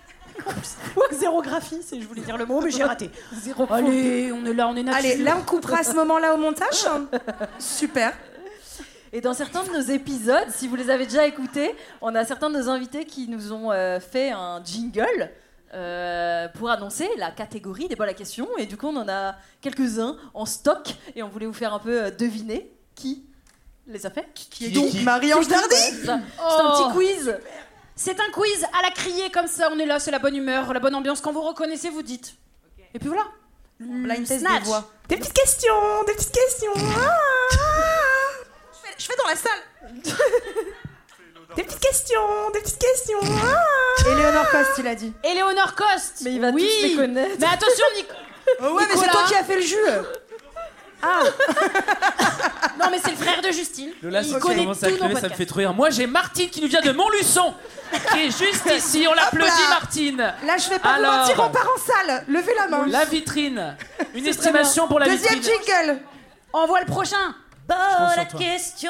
zéro graphie, c'est- je voulais dire le mot, mais j'ai raté.
zéro
Allez, on est là, on est nature.
Allez, là on coupera ce moment-là au montage. Super.
Et dans certains de nos épisodes, si vous les avez déjà écoutés, on a certains de nos invités qui nous ont euh, fait un jingle euh, pour annoncer la catégorie des bonnes à question. Et du coup, on en a quelques-uns en stock et on voulait vous faire un peu euh, deviner qui les a fait.
Qui est
Qui-
donc
qui-
Marie-Ange Dardy.
C'est ça. C'est un petit quiz.
C'est un quiz à la criée comme ça, on est là, c'est la bonne humeur, la bonne ambiance. Quand vous reconnaissez, vous dites. Et puis voilà.
Blind test
Snatch.
des voix. Des petites questions, des petites questions. Ah, ah. Je fais- Je fais dans la salle. Des petites questions, des petites questions. Ah. Éléonore Coste, il a dit.
Éléonore Coste.
Mais il va
oui.
tous les connaître.
Mais attention, Nico.
Oh ouais, mais c'est
Nicolas.
toi qui as fait le jus. Ah,
Non, mais c'est le frère de Justine.
Lola,
Il
si tu
connaît
commences à
tous nos
crever, ça me
podcasts.
fait trop rire. Moi, j'ai Martine qui nous vient de Montluçon, qui est juste ici. On l'applaudit,
là.
Martine.
là je vais pas
Alors.
vous mentir, on part en salle. Levez la main.
La vitrine. Une estimation pour la
Deuxième
vitrine.
jingle.
Envoie le prochain.
compte
Bonne
sur toi.
question.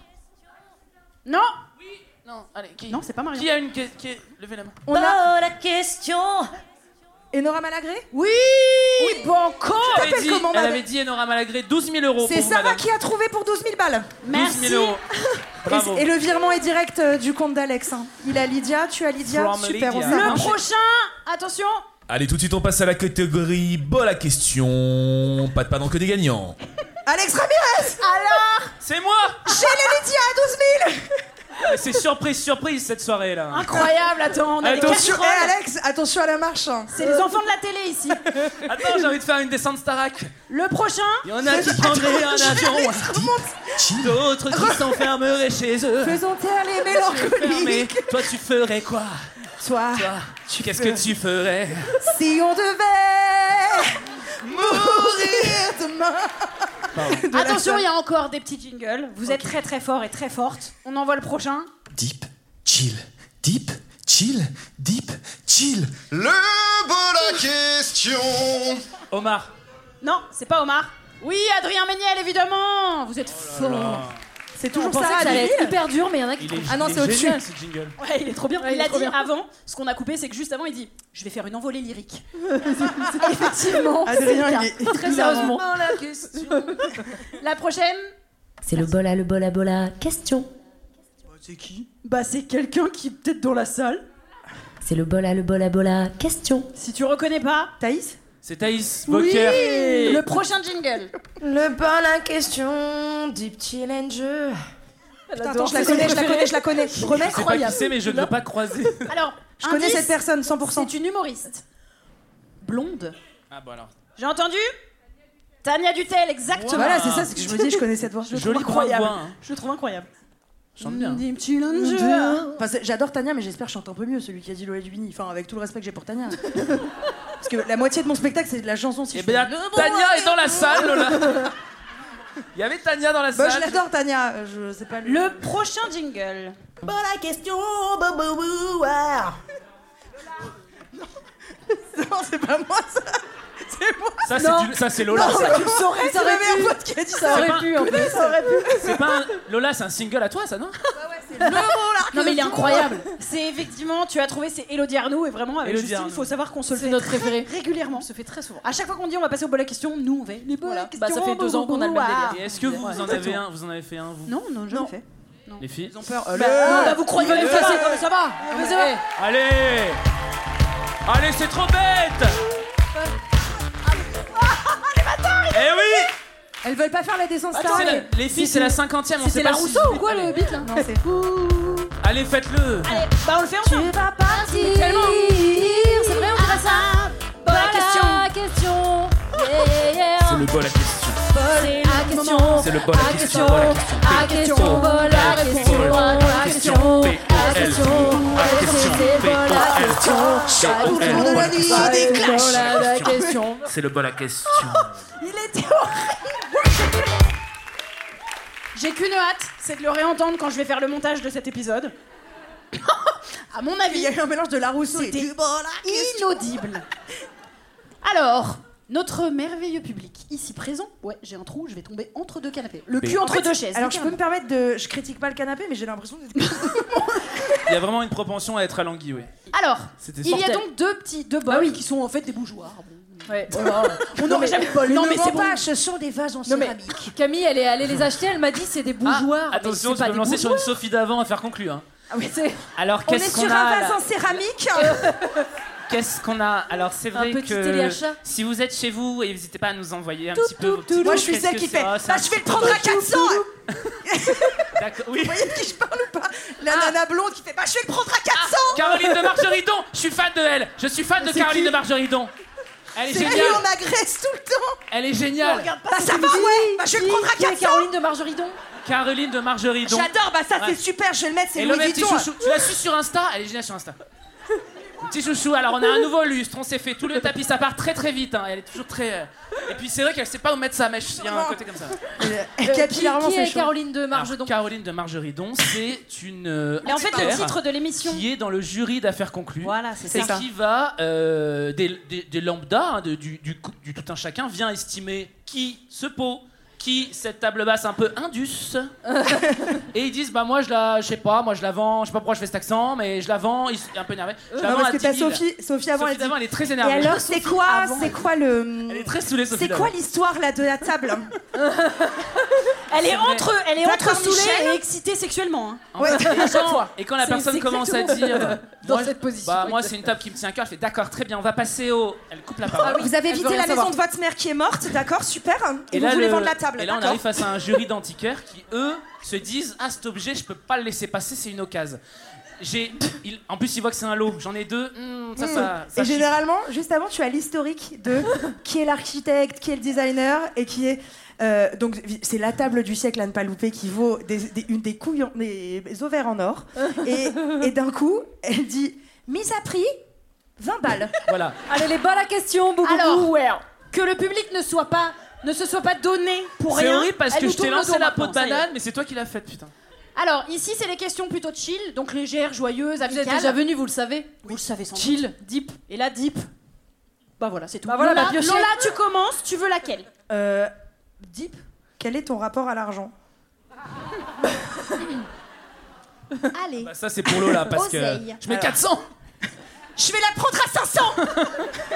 Non.
Non, allez, qui,
Non, c'est pas Marion.
qui a une qui, qui levez la main.
On a
Bonne question.
Enora Malagré.
Oui. Oui, banco.
Elle avait
t'appelles
dit,
comment,
elle
madame
avait dit Enora Malagré, douze mille euros
C'est
pour vous,
Sarah
madame.
qui a trouvé pour douze mille balles.
Merci.
douze mille euros. Bravo.
Et, et le virement est direct euh, du compte d'Alex. hein. Il a Lydia, tu as Lydia.
From
Super, on
Lydia.
s'arrange.
Le prochain. Attention.
Allez, tout de suite, on passe à la catégorie bol à question. Pas de pardon que des gagnants.
Alex Ramirez.
C'est moi.
J'ai les Lydia à douze mille.
Mais C'est surprise, surprise cette soirée là.
Incroyable. Attends, on a
Attention,
des
eh,
casseroles.
Alex, attention à la marche. hein.
C'est les enfants de la télé ici.
Attends, j'ai envie de faire une descente Starac.
Le prochain.
Il y en a qui prendraient un avion, d'autres qui s'enfermeraient chez eux.
Faisons taire les
Mais
mélancoliques.
toi, tu ferais quoi?
Toi,
Toi, qu'est-ce que tu ferais?
si on devait mourir demain.
Attention, il y a encore des petits jingles. Vous êtes très très forts et très fortes. On envoie le prochain.
Deep, chill, deep, chill, deep, chill.
Le bol à question.
Omar.
Non, c'est pas Omar. Oui, Adrien Méniel, évidemment. Vous êtes forts.
C'est toujours
On pensait
ça,
que ça allait
Adrien.
être hyper dur, mais il y en a qui.
Il est,
Ah non,
il
c'est
est
au-dessus.
génial, ce jingle.
Ouais, il est trop bien.
Ouais, il
il
est
a
trop
dit
bien.
avant, ce qu'on a coupé, c'est que juste avant, il dit je vais faire une envolée lyrique. Effectivement.
Adrien,
c'est le
il est
cas. Très sérieusement.
Dans la question.
La prochaine,
C'est le bol à le bol à bol à question.
C'est qui?
bah c'est quelqu'un qui est peut-être dans la salle.
C'est le bol à le bol à bol à question.
Si tu reconnais pas,
Thaïs?
C'est Thaïs Walker.
le prochain jingle.
Le bol à question, Deep Chill and Jeu. Putain, attends, je la
C'est
connais,
son
je la connais, je la connais. Remets,
Je sais pas qui c'est, mais je ne veux pas croiser.
Alors,
je connais
indice,
cette personne, cent pour cent.
C'est une humoriste. Blonde.
Ah bon alors.
J'ai entendu Tania Dutel, exactement.
Voilà, c'est ça, c'est que je me dis, je connais cette voix. Je le trouve
Joli point de
incroyable.
voix. Hein.
Je le trouve incroyable.
Chante bien.
Dim Chillinger.
Enfin, c'est- j'adore Tania, mais j'espère que je chante un peu mieux, celui qui a dit Lola Dubini. Enfin, avec tout le respect que j'ai pour Tania. Parce que la moitié de mon spectacle, c'est de la chanson. Si
Eh
je
bien,
fais-
Tania est dans la salle, Lola. Il y avait Tania dans la
Bah,
salle.
je l'adore, Tania. Je sais pas.
Le prochain jingle.
Bon, la question. Bou, bou, bou, ah. Non, c'est pas moi, ça. C'est moi.
Ça, c'est du- ça, c'est Lola.
Non,
ça.
tu le saurais, c'est ma meilleure pote qui a dit ça.
C'est pas-
pu en plus.
C'est pas un... Lola, c'est un single à toi, ça, non?
Non mais il est incroyable. C'est effectivement, tu as trouvé, c'est Élodie Arnoux et vraiment avec
Élodie
Justine, il
Arnoux.
faut savoir qu'on se le
C'est
fait
notre
très
préféré.
régulièrement.
On se fait très souvent.
À chaque fois qu'on dit on va passer au bol à question, nous on fait les bols à
Voilà.
question.
Bah, ça fait deux ans qu'on a le même délire.
Et est-ce que vous, vous en avez un? Vous en avez fait un, vous?
Non, non, je
Non.
l'ai fait.
Les filles?
Ils ont peur.
Bah, non, bah vous croyez
Il va nous
ça
casser,
va.
comme ça va. Mais ça va.
Allez! Allez, c'est trop bête! Eh oui!
Elles veulent pas faire la descente
Attends,
star.
c'est la- les filles, c'est la cinquantième, on sait
C'était
pas
la
si-
Rousseau ou quoi
Allez.
le beat là?
Non, c'est.
Allez, faites-le!
Allez, bah on le fait ensemble.
vas partir.
Tellement.
C'est vrai, on dirait ça.
Bol à question.
La question. Yeah, yeah, yeah.
C'est le bol à question.
C'est
À
le
question.
moment.
C'est le bol à
À
question.
question.
Bol à question.
À question. Bol à question. À question. À question. C'est bol à question.
Tout le monde a dit des clashs.
Bol à la question.
C'est le bol à question.
Il était horrible. J'ai qu'une hâte, c'est de le réentendre quand je vais faire le montage de cet épisode. À mon
Il
avis,
y a eu un mélange de la Rousseau et
C'était
du bol à question.
inaudible. Alors, notre merveilleux public ici présent, ouais, j'ai un trou, je vais tomber entre deux canapés. Le cul
En
entre
fait,
deux chaises.
Alors, je peux me
littéralement.
permettre de. Je critique pas le canapé, mais j'ai l'impression d'être.
Il y a vraiment une propension à être alangui, oui.
Alors,
C'était
il y a
mortel.
donc deux petits deux bols qui sont en fait des bougeoirs. Bon.
Ouais.
On n'aurait jamais de bol. Non, mais c'est bon.
ce sont des vases en
Non, mais Camille, elle est allée les acheter, elle m'a dit c'est des bougeoirs.
Ah, attention,
Mais
tu
c'est
peux
pas
me
des
lancer sur une
bougeoirs.
Sophie d'avant à faire conclure. Hein.
Ah oui, c'est
Alors
On est
qu'est-ce
sur
qu'on
un
a
vase
là
en céramique.
Qu'est-ce qu'on a Alors c'est vrai
petit
que
téléachat.
si vous êtes chez vous, et n'hésitez pas à nous envoyer un petit peu vos petits
Moi,
trucs,
je suis
qu'est-ce
celle
que
qui
c'est
fait.
Oh, c'est
Bah,
un
je vais le
petit
prendre
peu-
à quatre cents.
D'accord, oui.
Vous voyez de qui je parle ou pas? La nana blonde qui fait. Bah, je vais le prendre à quatre cents.
Caroline de Margeridon, je suis fan de elle. Je suis fan de Caroline de Margeridon. Elle est
C'est lui,
géniale.
on m'agresse tout le temps.
Elle est géniale.
Bah, ça va, ouais. Bah, je vais le prendre à
Qui est
quatre cents.
Caroline de Margeridon.
Caroline de Margeridon.
J'adore, bah, ça,
Ouais.
c'est super. Je vais le mettre, c'est
Et le
Louis
même petit
Vuitton.
chouchou. Tu la suis sur Insta. Elle est géniale sur Insta. Petit chouchou. Alors on a un nouveau lustre. On s'est fait tout le tapis. Ça part très très vite. Hein. Elle est toujours très. euh, Et puis c'est vrai qu'elle sait pas où mettre sa mèche. Il y a un côté comme ça.
Et
Euh,
capillairement,
qui, qui
c'est
est
chaud.
Caroline de
Alors,
Margeridon?
Caroline de Margeridon, c'est une. euh,
Et en fait, le
expert
titre de l'émission.
qui est dans le jury d'affaires conclues.
Voilà, c'est
C'est
ça.
qui va, euh, des, des, des lambda, hein, de- du, du, du tout un chacun, vient estimer qui ce pot, qui cette table basse un peu indus. Et ils disent, bah moi je la, je sais pas, moi je la vends, je sais pas pourquoi je fais cet accent, mais je la vends, ils sont un peu énervés. Je la
Non,
vends
parce
à
que
dix
t'as
mille.
Sophie, Sophie avant,
Sophie
elle dit.
d'avant, elle est très
Et
énervée.
alors, c'est quoi,
avant,
c'est
elle-
quoi le.
Elle est très saoulée, Sophie
C'est
d'avant.
quoi l'histoire là de la table?
Elle est
C'est vrai.
entre, elle est entre
D'accord,
saoulée
Michel.
et excitée sexuellement. hein.
En fait, et, quand,
fois.
et quand la
C'est-
personne
c'est
commence à
exactement
dire,
dans
moi,
cette position,
bah moi
exactement.
c'est une table qui me tient à cœur, elle fait d'accord, très bien, on va passer au. Elle coupe la parole.
Vous avez
Elle veut
évité
rien
la maison
savoir.
de votre mère qui est morte, d'accord, super. Et, vous
là,
voulez
le-
vendre la table,
Et là, on
d'accord.
arrive face à un jury d'antiquaires qui, eux, se disent ah cet objet, je peux pas le laisser passer, c'est une occasion. J'ai, il- en plus, ils voient que c'est un lot. J'en ai deux. Hmm, ça, ça, ça
Et
chiffre.
généralement, juste avant, tu as l'historique de qui est l'architecte, qui est le designer et qui est. euh, donc, c'est la table du siècle à ne pas louper qui vaut des, des- une des couilles, en- des, des ovaires en or. Et, et d'un coup, elle dit mise à prix vingt balles.
Voilà.
Allez, les balles à question, boubou.
Alors, que le public ne soit pas ne se soit pas donnée pour
C'est
rien.
horrible parce
Elle
que
nous
je t'ai
tourne le
lancé
dos
la peau de
maintenant, ça y est.
banane, mais c'est toi qui l'as faite, putain.
Alors, ici, c'est les questions plutôt chill, donc légères, joyeuses,
Vous êtes
amicales.
déjà venu, vous le savez.
Vous le savez sans
Chill,
doute.
deep.
Et là, deep. Bah voilà, c'est tout.
Bah voilà,
Lola,
bah piocher.
Lola, tu commences, tu veux laquelle?
Euh, Deep, quel est ton rapport à l'argent?
Allez.
Bah ça c'est pour Lola parce que
Oseille.
je mets
Alors.
quatre cents.
Je vais la prendre à cinq cents.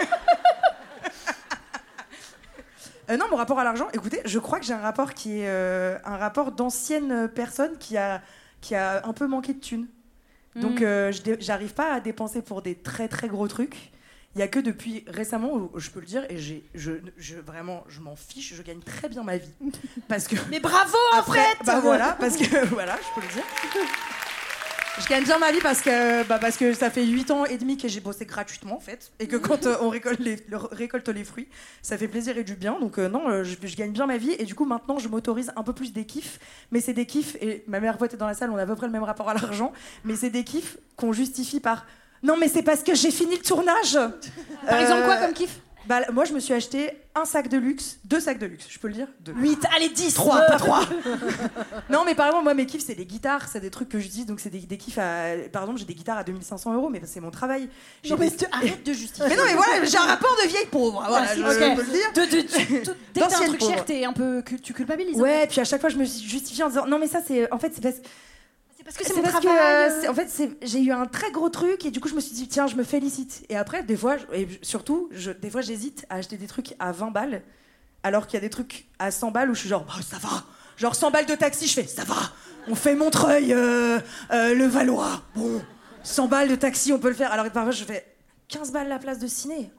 Euh, non, mon rapport à l'argent, écoutez, je crois que j'ai un rapport qui est euh, un rapport d'ancienne personne qui a, qui a un peu manqué de thunes. Donc,
Mm.
euh, je dé- j'arrive pas à dépenser pour des très très gros trucs. Il y a que depuis récemment où je peux le dire et j'ai, je, je vraiment, je m'en fiche, je gagne très bien ma vie parce que.
Mais bravo en
Après,
fait.
bah voilà, parce que voilà, je peux le dire. Je gagne bien ma vie parce que, bah parce que ça fait huit ans et demi que j'ai bossé gratuitement en fait. Et que quand euh, on récolte les, le- récolte les fruits, ça fait plaisir et du bien. Donc euh, non, euh, je, je gagne bien ma vie. Et du coup maintenant je m'autorise un peu plus des kiffs. Mais c'est des kiffs, et ma meilleure pote est dans la salle, on a à peu près le même rapport à l'argent. Mais c'est des kiffs qu'on justifie par... Non mais c'est parce que j'ai fini le tournage.
Par exemple, quoi
Euh,
comme kiff?
Bah, moi je me suis acheté un sac de luxe, deux sacs de luxe, je peux le dire? Deux.
huit, allez dix.
Trois, pas trois. Non, mais par exemple, moi, mes kiffs, c'est des guitares, c'est des trucs que je dis, donc c'est des, des kiffs à. Par exemple, j'ai des guitares à deux mille cinq cents euros, mais c'est mon travail. J'ai
Non mais
des-
te- arrête de justifier.
Mais non, mais voilà, j'ai un rapport de vieille pauvre, voilà, je,
Ok.
je peux le dire.
De, de, tu- tu- dès que t'as un
D'ancienne
truc
pauvre.
cher, t'es un peu, cu- tu culpabilises.
Ouais, puis à chaque fois, je me suis justifiée en disant non, mais ça, c'est. En fait, c'est parce,
C'est parce que c'est
c'est
mon
parce
travail.
que. euh,
euh.
c'est- en fait, c'est- j'ai eu un très gros truc, et du coup, je me suis dit, tiens, je me félicite. Et après, des fois, je- et surtout, je, des fois, j'hésite à acheter des trucs à vingt balles, alors qu'il y a des trucs à cent balles où je suis genre, bah, ça va. Genre cent balles de taxi, je fais, ça va. On fait Montreuil, euh, euh, le Valois. Bon, cent balles de taxi, on peut le faire. Alors que parfois, je fais quinze balles la place de ciné.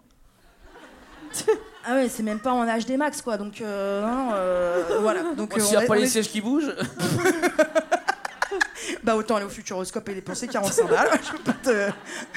Ah ouais, c'est même pas en H D max, quoi. Donc, euh, non, euh, voilà. Donc,
S'il
euh,
n'y
on
a
est-
pas
on
les
est-
sièges qui bougent.
Bah, autant aller au Futuroscope et dépenser quarante-cinq balles. Je peux pas te...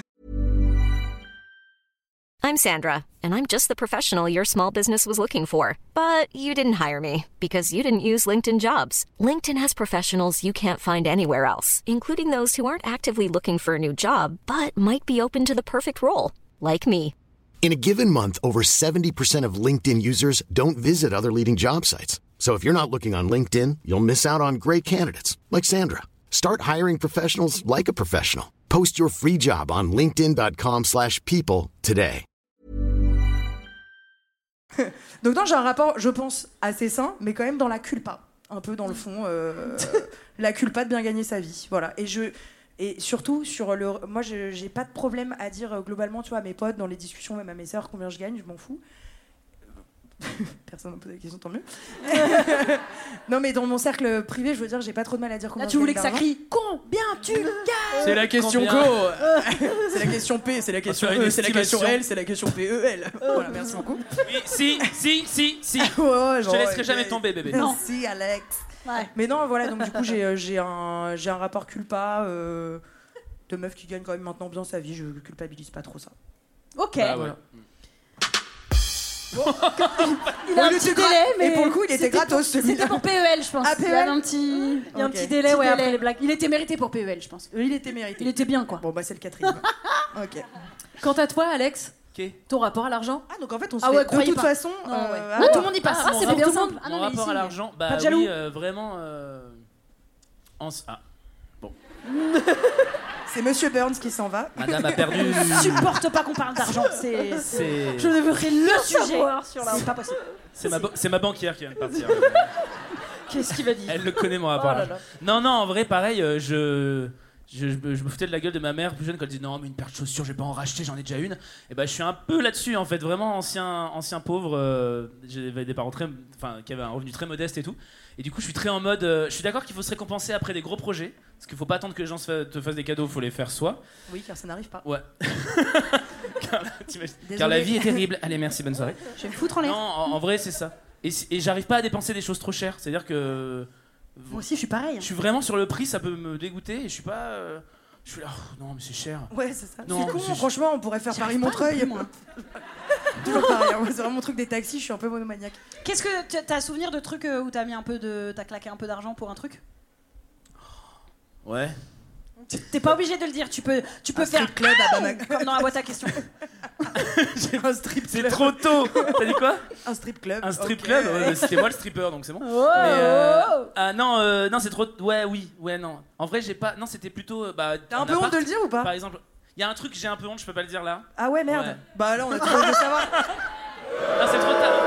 I'm Sandra, and I'm just the professional your small business was looking for. But you didn't hire me because you didn't use LinkedIn Jobs. LinkedIn has professionals you can't find anywhere else, including those who aren't actively looking for a new job, but might be open to the perfect role, like me.
In a given month, over seventy percent of LinkedIn users don't visit other leading job sites. So if you're not looking on LinkedIn, you'll miss out on great candidates like Sandra. Start hiring professionals like a professional. Post your free job on linkedin.com slash people today.
Donc non, j'ai un rapport, je pense, assez sain, mais quand même dans la culpa. Un peu dans le fond, euh, la culpa de bien gagner sa vie. Voilà. Et, je, et surtout, sur le, moi, je, j'ai pas de problème à dire euh, globalement, tu vois, à mes potes, dans les discussions, même à mes sœurs, combien je gagne, je m'en fous. Personne ne me pose la question, tant mieux. Non, mais dans mon cercle privé, je veux dire, j'ai pas trop de mal à dire combien
Là,
je
tu voulais
gagne
que ça
d'argent.
crie combien tu gagnes.
C'est la question
Combien
co.
C'est la question P, c'est la question
faire une
E, c'est la question
estimation.
L, c'est la question P E L. Voilà, merci beaucoup.
Oui, si, si, si, si.
Ouais,
Je
genre,
te laisserai
ouais,
jamais
ouais.
tomber, bébé.
Merci, Alex.
Ouais.
Mais non, voilà, donc du coup, j'ai, euh, j'ai, un, j'ai un rapport culpa euh, de meuf qui gagne quand même maintenant bien sa vie. Je culpabilise pas trop ça.
Ok.
Bah, ouais.
Voilà.
Il a
Oh,
un
il
petit
était gra-
délai, mais
Et pour le coup, il était
c'était
gratos,
pour-
celui-là.
C'était pour P E L, je pense.
Ah, P E L?
Il y a un petit, il y a un
Ok.
petit délai,
Petit
ouais,
délai.
après les blagues. Il était mérité pour P E L, je pense.
Euh, Il était mérité.
Il était bien, quoi.
Bon, bah, c'est le quatrième. Ok.
Quant à toi, Alex,
Ok.
ton rapport à l'argent?
Ah, donc en fait, on se
Ah
fait
ouais,
de
croyez
toute
pas.
façon.
Non,
euh,
ouais.
ah
Non,
ouais.
tout le monde y passe.
Ah,
Ah,
mon
c'est
rapport-
bien simple. Ah
Mon
non, mais
rapport
ici,
à l'argent, bah
pas de jaloux.
oui, euh, vraiment. euh, en... Ah,
C'est Monsieur Burns qui s'en va.
Madame a perdu.
Je supporte pas qu'on parle d'argent. C'est.
C'est.
Je devrais le savoir sur la. C'est pas possible.
C'est ma, ba- c'est ma banquière qui vient de partir.
Qu'est-ce qu'il va dire?
Elle le connaît, mon rapport.
Oh là
à l'argent. Non, non, en vrai, pareil, euh, je, je, je, me- je me foutais de la gueule de ma mère plus jeune quand elle disait non, mais une paire de chaussures, je vais pas en racheter, j'en ai déjà une. Et ben, je suis un peu là-dessus, en fait, vraiment ancien, ancien pauvre. euh, J'avais des parents très, enfin, qui avaient un revenu très modeste et tout. Et du coup, je suis très en mode. euh, je suis d'accord qu'il faut se récompenser après des gros projets, parce qu'il faut pas attendre que les gens se fa- te fassent des cadeaux, faut les faire soi.
Oui, car ça n'arrive pas.
Ouais. car, t'imagines-
Désolée.
car la vie est terrible. Allez, merci, bonne soirée.
Je vais me foutre en l'air.
Non, en, en vrai, c'est ça. Et, si- et j'arrive pas à dépenser des choses trop chères. C'est-à-dire que.
Moi aussi, je suis pareil.
Je suis vraiment sur le prix, ça peut me dégoûter. Et je suis pas. euh, je suis là, oh, non, mais c'est cher.
Ouais, c'est ça.
Non,
C'est con,
c'est-
franchement, on pourrait faire
J'arrive
Paris-Montreuil.
pas non plus, moi.
Toujours pareil. hein. C'est vraiment le truc des taxis, je suis un peu monomaniaque.
Qu'est-ce que tu- t'as souvenir de trucs euh, où t'as mis un peu de, t'as claqué un peu d'argent pour un truc?
Ouais.
T'es pas obligé de le dire, tu peux, tu peux
Un
faire
strip club à Bamako.
comme dans la boîte à questions.
Un strip
C'est trop tôt. T'as dit quoi?
Un strip club.
Un strip
Ok.
club. Ouais, C'était moi le stripper, donc c'est bon.
Oh,
Mais, euh,
oh.
ah non, euh, non, c'est trop. Ouais, oui, ouais, non. En vrai, j'ai pas. Non, c'était plutôt. euh, Bah,
T'as un
en
peu honte
appart,
de le dire ou pas?
Par exemple, il y a un truc, j'ai un peu honte, je peux pas le dire là.
Ah ouais, merde.
Ouais.
Bah là, on a trop envie de savoir.
Non, c'est trop tard.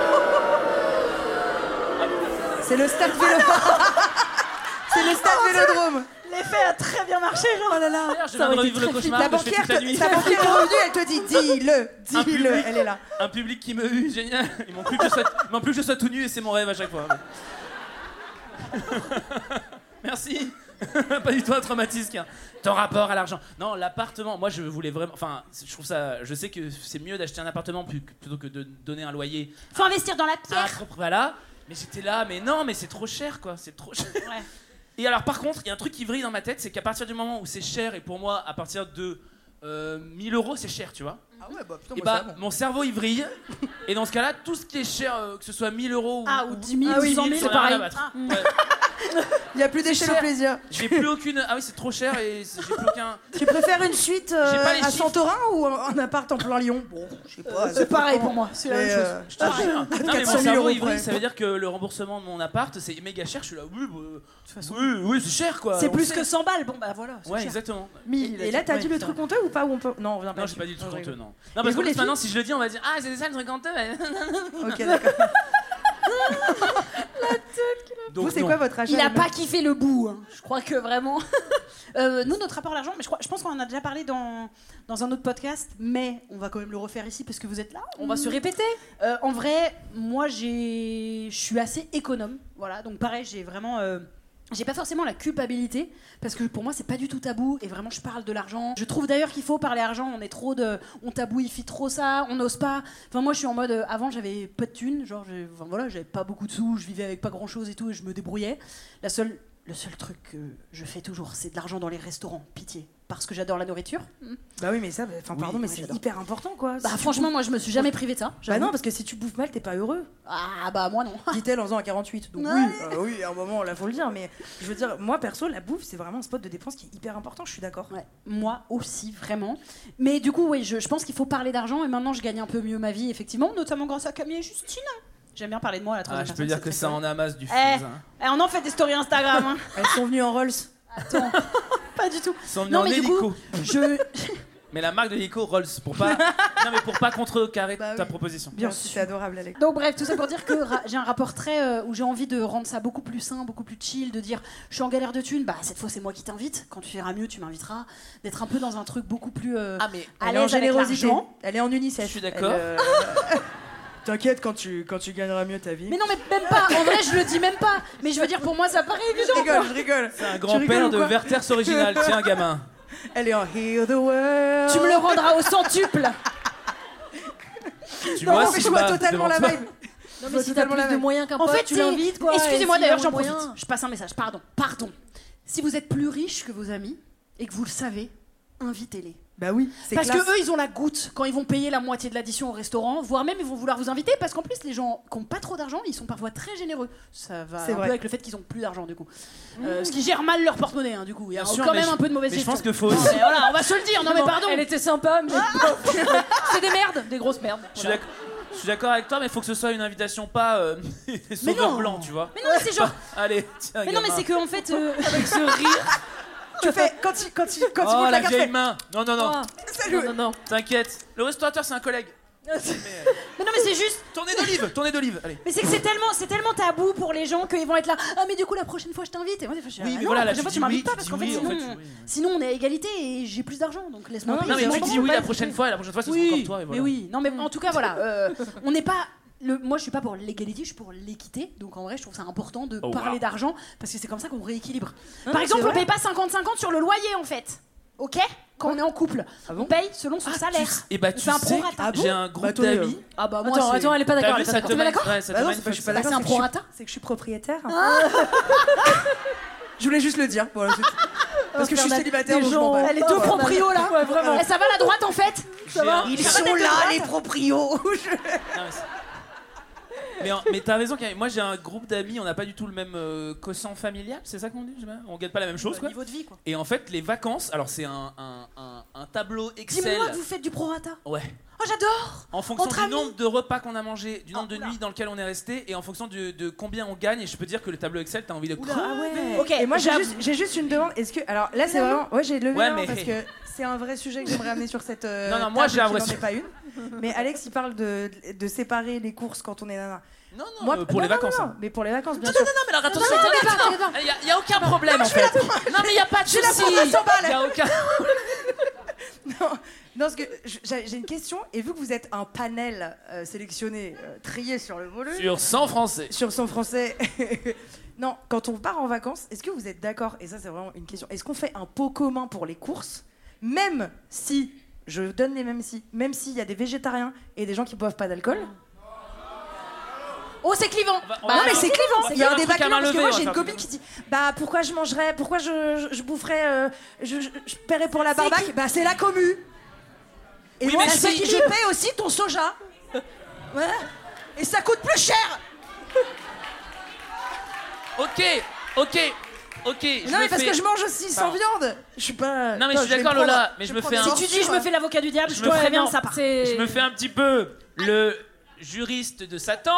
C'est le stade Vélodrome. C'est le stade Vélodrome.
L'effet a très bien marché, genre.
Oh là là.
D'ailleurs, je viens de revivre le cauchemar
Ta
que je fais
banquière,
toute la nuit.
te- ta banquière est revenue, elle te dit dis-le,
Un
dis-le,
public.
elle est là.
Un public qui me hue, génial. Ils m'ont plus que je sois, ils m'ont plus que je sois tout nu et c'est mon rêve à chaque fois. Merci. Pas du tout un traumatisme. Ton rapport à l'argent. Non, l'appartement. Moi, je voulais vraiment. Enfin, je trouve ça. Je sais que c'est mieux d'acheter un appartement plus- plutôt que de donner un loyer.
Faut investir dans la
à un
pierre.
propre. Voilà. Mais j'étais là. Mais non, mais c'est trop cher, quoi. C'est trop cher.
Ouais.
Et alors, par contre, il y a un truc qui vrille dans ma tête, c'est qu'à partir du moment où c'est cher, et pour moi, à partir de euh, mille euros, c'est cher, tu vois.
Ah ouais, bah putain,
Et
moi,
bah,
c'est bon.
mon cerveau il vrille. Et dans ce cas-là, tout ce qui est cher, euh, que ce soit mille euros ou,
Ah, ou dix mille,
ou
ou cent mille,
j'en ai
c'est
rien à
pareil.
battre.
Ah.
Ouais.
Il n'y a plus d'échelle au
cher.
plaisir.
J'ai plus aucune. Ah oui, c'est trop cher et c'est- j'ai plus aucun.
Tu préfères une suite euh,
J'ai pas les
à
chiffres.
Santorin ou un un appart en plein Lyon? Bon, je sais pas.
C'est pareil pour moi, c'est la
Mais,
même chose.
euh,
Je te jure. Non, mais
quatre
mon
cent mille
cerveau
euros
il vrille,
près.
ça veut dire que le remboursement de mon appart c'est méga cher. Je suis là, oui, bah, oui, oui, c'est cher quoi.
C'est
on
plus
sait.
que cent balles. Bon, bah voilà. c'est
Ouais,
cher.
exactement.
mille.
Et là, t'as
Ouais,
dit le
c'est
truc
vrai.
honteux ou pas ou on peut... Non, on revient pas.
Non, j'ai pas dit le truc
Non, je
honteux,
rigole.
non. Non,
Et
parce
vous,
qu'en
les
plus maintenant,
filles
si je le dis, on va dire ah, c'est ça le truc honteux.
Ok, d'accord.
Donc,
Vous, c'est
non.
quoi votre achat?
Il a
les
pas
meufs
kiffé le bout. hein. Je crois que vraiment. Euh, nous, notre rapport à l'argent, mais je, crois, je pense qu'on en a déjà parlé dans, dans un autre podcast, mais on va quand même le refaire ici parce que vous êtes là.
On va se répéter.
Euh, en vrai, moi, j'ai, je suis assez économe. Voilà, donc pareil, j'ai vraiment. euh, J'ai pas forcément la culpabilité parce que pour moi c'est pas du tout tabou et vraiment je parle de l'argent. Je trouve d'ailleurs qu'il faut parler argent. On est trop de, on tabouifie trop ça, on n'ose pas. Enfin moi je suis en mode euh, avant j'avais pas de thunes, genre j'ai- enfin, voilà j'avais pas beaucoup de sous, je vivais avec pas grand chose et tout et je me débrouillais. La seule, le seul truc que je fais toujours c'est de l'argent dans les restaurants, pitié, parce que j'adore la nourriture.
Bah oui, mais ça, bah, enfin, pardon, mais
ouais,
c'est
j'adore.
hyper important quoi.
Bah
Si tu
franchement
bouffes-
moi je me suis jamais privée de ça.
Bah
j'avoue.
non, parce que si tu bouffes mal, t'es pas heureux.
Ah bah moi non.
Dit-elle en faisant un quarante-huit. Donc
Ouais.
oui, euh, oui, à un moment, là, faut le dire. Mais je veux dire, moi, perso, la bouffe, c'est vraiment un spot de dépense qui est hyper important, je suis d'accord.
Ouais, moi aussi, vraiment. Mais du coup, oui, je, je pense qu'il faut parler d'argent et maintenant je gagne un peu mieux ma vie, effectivement, notamment grâce à Camille et Justine. J'aime bien parler de moi à la
Ah,
troisième
je peux
personne,
dire
c'est
que
très
ça
cool.
en amasse du
Eh,
fuse. hein.
eh, on en fait des stories Instagram. hein.
Elles sont venues en Rolls.
Attends, pas du tout.
Ils sont venus
Non,
en
mais du
hélico.
coup, je.
Mais la marque de l'hélico Rolls pour pas. Non mais pour pas contrecarrer
Bah
ta
oui.
proposition.
Bien sûr. C'est adorable, Alex.
Donc bref, tout ça pour dire que ra- j'ai un rapport très euh, où j'ai envie de rendre ça beaucoup plus sain, beaucoup plus chill, de dire je suis en galère de thunes, bah cette fois c'est moi qui t'invite. Quand tu iras mieux, tu m'inviteras. D'être un peu dans un truc beaucoup plus euh,
Ah mais
à
Elle est en
l'aise avec
générosité.
l'argent.
Elle est en unicef.
Je suis d'accord.
Elle, euh, T'inquiète, quand tu, quand tu gagneras mieux ta vie.
Mais non, mais même pas. En vrai, je le dis même pas. Mais je veux dire, pour moi, ça paraît
je
évident.
rigole, je rigole.
c'est un
Tu
grand-père
rigoles ou
de
quoi
Werther's original. Tiens gamin.
Elle est en Heal the World.
Tu me le rendras au centuple.
Tu
Non,
vois,
mais
si
je vois
bas
totalement
devant
la
toi.
vibe.
Non,
Je
mais
vois
si t'as
totalement
plus
la
de
même.
moyens qu'un
En
pote,
fait,
tu
c'est-
l'invites quoi.
excusez-moi
et
d'ailleurs,
s'il
j'en
y a
profite.
moyen-
Je passe un message. Pardon, pardon. Si vous êtes plus riche que vos amis et que vous le savez, invitez-les.
Bah oui, c'est
Parce
classe.
que eux, ils ont la goutte quand ils vont payer la moitié de l'addition au restaurant, voire même ils vont vouloir vous inviter. Parce qu'en plus, les gens qui n'ont pas trop d'argent, ils sont parfois très généreux. Ça va
C'est
un
vrai.
peu avec le fait qu'ils ont plus d'argent du coup. Euh, ce qui gère mal leur porte-monnaie, hein, du coup. Il y a
Bien sûr,
quand
mais
même
je-
un peu de mauvaise
mais je
gestion.
pense qu'il faut
Non,
aussi-
mais voilà, on va se le dire. Non mais
Non,
pardon.
Elle était sympa, mais
C'est des merdes, des grosses merdes.
Je suis
Voilà.
d'accord. Je suis d'accord avec toi, mais il faut que ce soit une invitation pas euh, des sauveurs
non.
blancs, tu vois.
Mais non, mais c'est genre.
Allez, tiens,
Mais non, mais
gamin.
c'est que en fait. euh,
Avec ce rire.
Tu fais, quand tu, quand tu, quand tu
Oh
montes
la
la carte,
vieille
fais,
main. Non non non.
Ah,
salut.
non, non, non.
T'inquiète. Le restaurateur c'est un collègue.
Mais non, mais c'est juste.
Tournée d'olive. Tournée d'olive. Allez.
Mais c'est que c'est tellement, c'est tellement tabou pour les gens qu'ils vont être là. Ah, mais du coup, la prochaine fois, je t'invite. Et moi, des fois, je suis là,
Oui,
ah
mais
non,
voilà,
la
là,
prochaine
tu
fois,
dis
tu
oui,
m'invites pas
tu
parce
dis
qu'en fait,
oui, en
sinon,
fait, tu- oui.
sinon, on est à égalité et j'ai plus d'argent. Donc laisse-moi
Non,
payer.
Non mais
c'est
tu
bon.
dis oui
pas
la
être
prochaine
fait.
fois et la prochaine fois ce sera
Oui,
encore toi et voilà.
mais oui. Non, mais en tout cas, voilà. euh, on n'est pas. Le, moi, je suis pas pour l'égalité, je suis pour l'équité. Donc, en vrai, je trouve ça important de
Oh,
parler
wow.
d'argent parce que c'est comme ça qu'on rééquilibre.
Non,
Par
mais
exemple,
c'est
on
vrai.
paye pas cinquante cinquante sur le loyer, en fait. Ok? Quand on est en couple,
bon
on paye selon son salaire.
Et bah tu
C'est un
sais,
prorata.
Ah bon
j'ai un groupe
Bah, attendez,
d'amis.
Ah bah moi,
Attends,
c'est-
attends, elle est pas
T'as
d'accord.
vu
elle est pas
ça te
d'accord.
met-
d'accord
ouais, ça te
Bah non,
met
c'est
une
pas, je suis pas
Bah,
d'accord.
c'est un
que je suis-
prorata.
C'est que je suis propriétaire. Je voulais juste le dire. Voilà, c'est tout. Parce que je suis
faire
célibataire,
des
donc je
gens-
m'en bats.
Elle est deux proprios là.
Ouais, vraiment.
Eh, ça va la droite en fait?
Ça va
Ils
Ça va
sont
d'être de
là,
droite
les proprios.
Non, mais c'est- mais, en- mais t'as raison, Camille. Moi j'ai un groupe d'amis, on n'a pas du tout le même euh, quotient familial, c'est ça qu'on dit, je sais pas. On gagne pas la même chose, quoi.
Niveau de vie, quoi.
Et en fait, les vacances, alors c'est un, un, un, un tableau Excel.
Dis-moi que vous faites du prorata.
Ouais.
Oh, j'adore.
En fonction
Entre
du
amis.
nombre de repas qu'on a mangé, du nombre
Oh,
de
oula.
nuits dans lequel on est resté, et en fonction de, de combien on gagne. Et je peux dire que le tableau Excel, t'as envie de crever.
Ah ouais.
Ok,
Et moi j'ai
j'avoue.
juste, j'ai juste une demande. Est-ce que alors là c'est vraiment ouais j'ai levé
Ouais,
la main
mais-
parce que c'est un vrai sujet que j'aimerais amener sur cette euh,
Non, non, moi,
table
j'ai un
qui
vrai
n'en est
sujet.
pas une. Mais Alex il parle de, de séparer les courses quand on est nana.
Non, non,
Moi
euh, pour
non,
les
non,
vacances.
non,
hein.
mais pour les vacances bien
Non,
sûr.
non, non, mais alors attention,
non, non,
attends,
mais
attends. Il y a- il y a aucun problème en fait. Non, mais il y a pas de
J'ai la
souci.
fondation balle.
Il y a aucun.
Non, non, parce que je- j'ai j'ai une question et vu que vous êtes un panel euh, sélectionné euh, trié sur le volet
Sur cent français.
sur son français. Non, quand on part en vacances, est-ce que vous êtes d'accord, et ça c'est vraiment une question, est-ce qu'on fait un pot commun pour les courses, même si, je donne les mêmes si, même s'il y a des végétariens et des gens qui boivent pas d'alcool?
Oh, c'est clivant.
On va- on
Non
va
mais
faire-
c'est
on
clivant,
va
il y a
faire
un
un
débat
truc à main
clivant parce que
levée,
moi
on va
j'ai une
faire
copine
un
qui dit bah pourquoi je mangerais, pourquoi je, je, je boufferais, euh, je, je, je paierais pour la barbaque, bah c'est la commu. Et
Oui,
moi
mais
je
si-
je paie aussi ton soja. Ouais. Et ça coûte plus cher.
Ok, ok, ok. je
Non
me
mais parce
fais-
que je mange aussi sans
Pardon.
viande. Je suis pas.
Non, mais
Attends,
je suis
vais
d'accord,
me prendre-
Lola, mais je me
prends
fais
des
un-
Si tu dis
morsures.
je me fais l'avocat du diable, je,
Je
te
me fais-
préviens,
non,
ça part.
Je me fais un petit peu le juriste de Satan.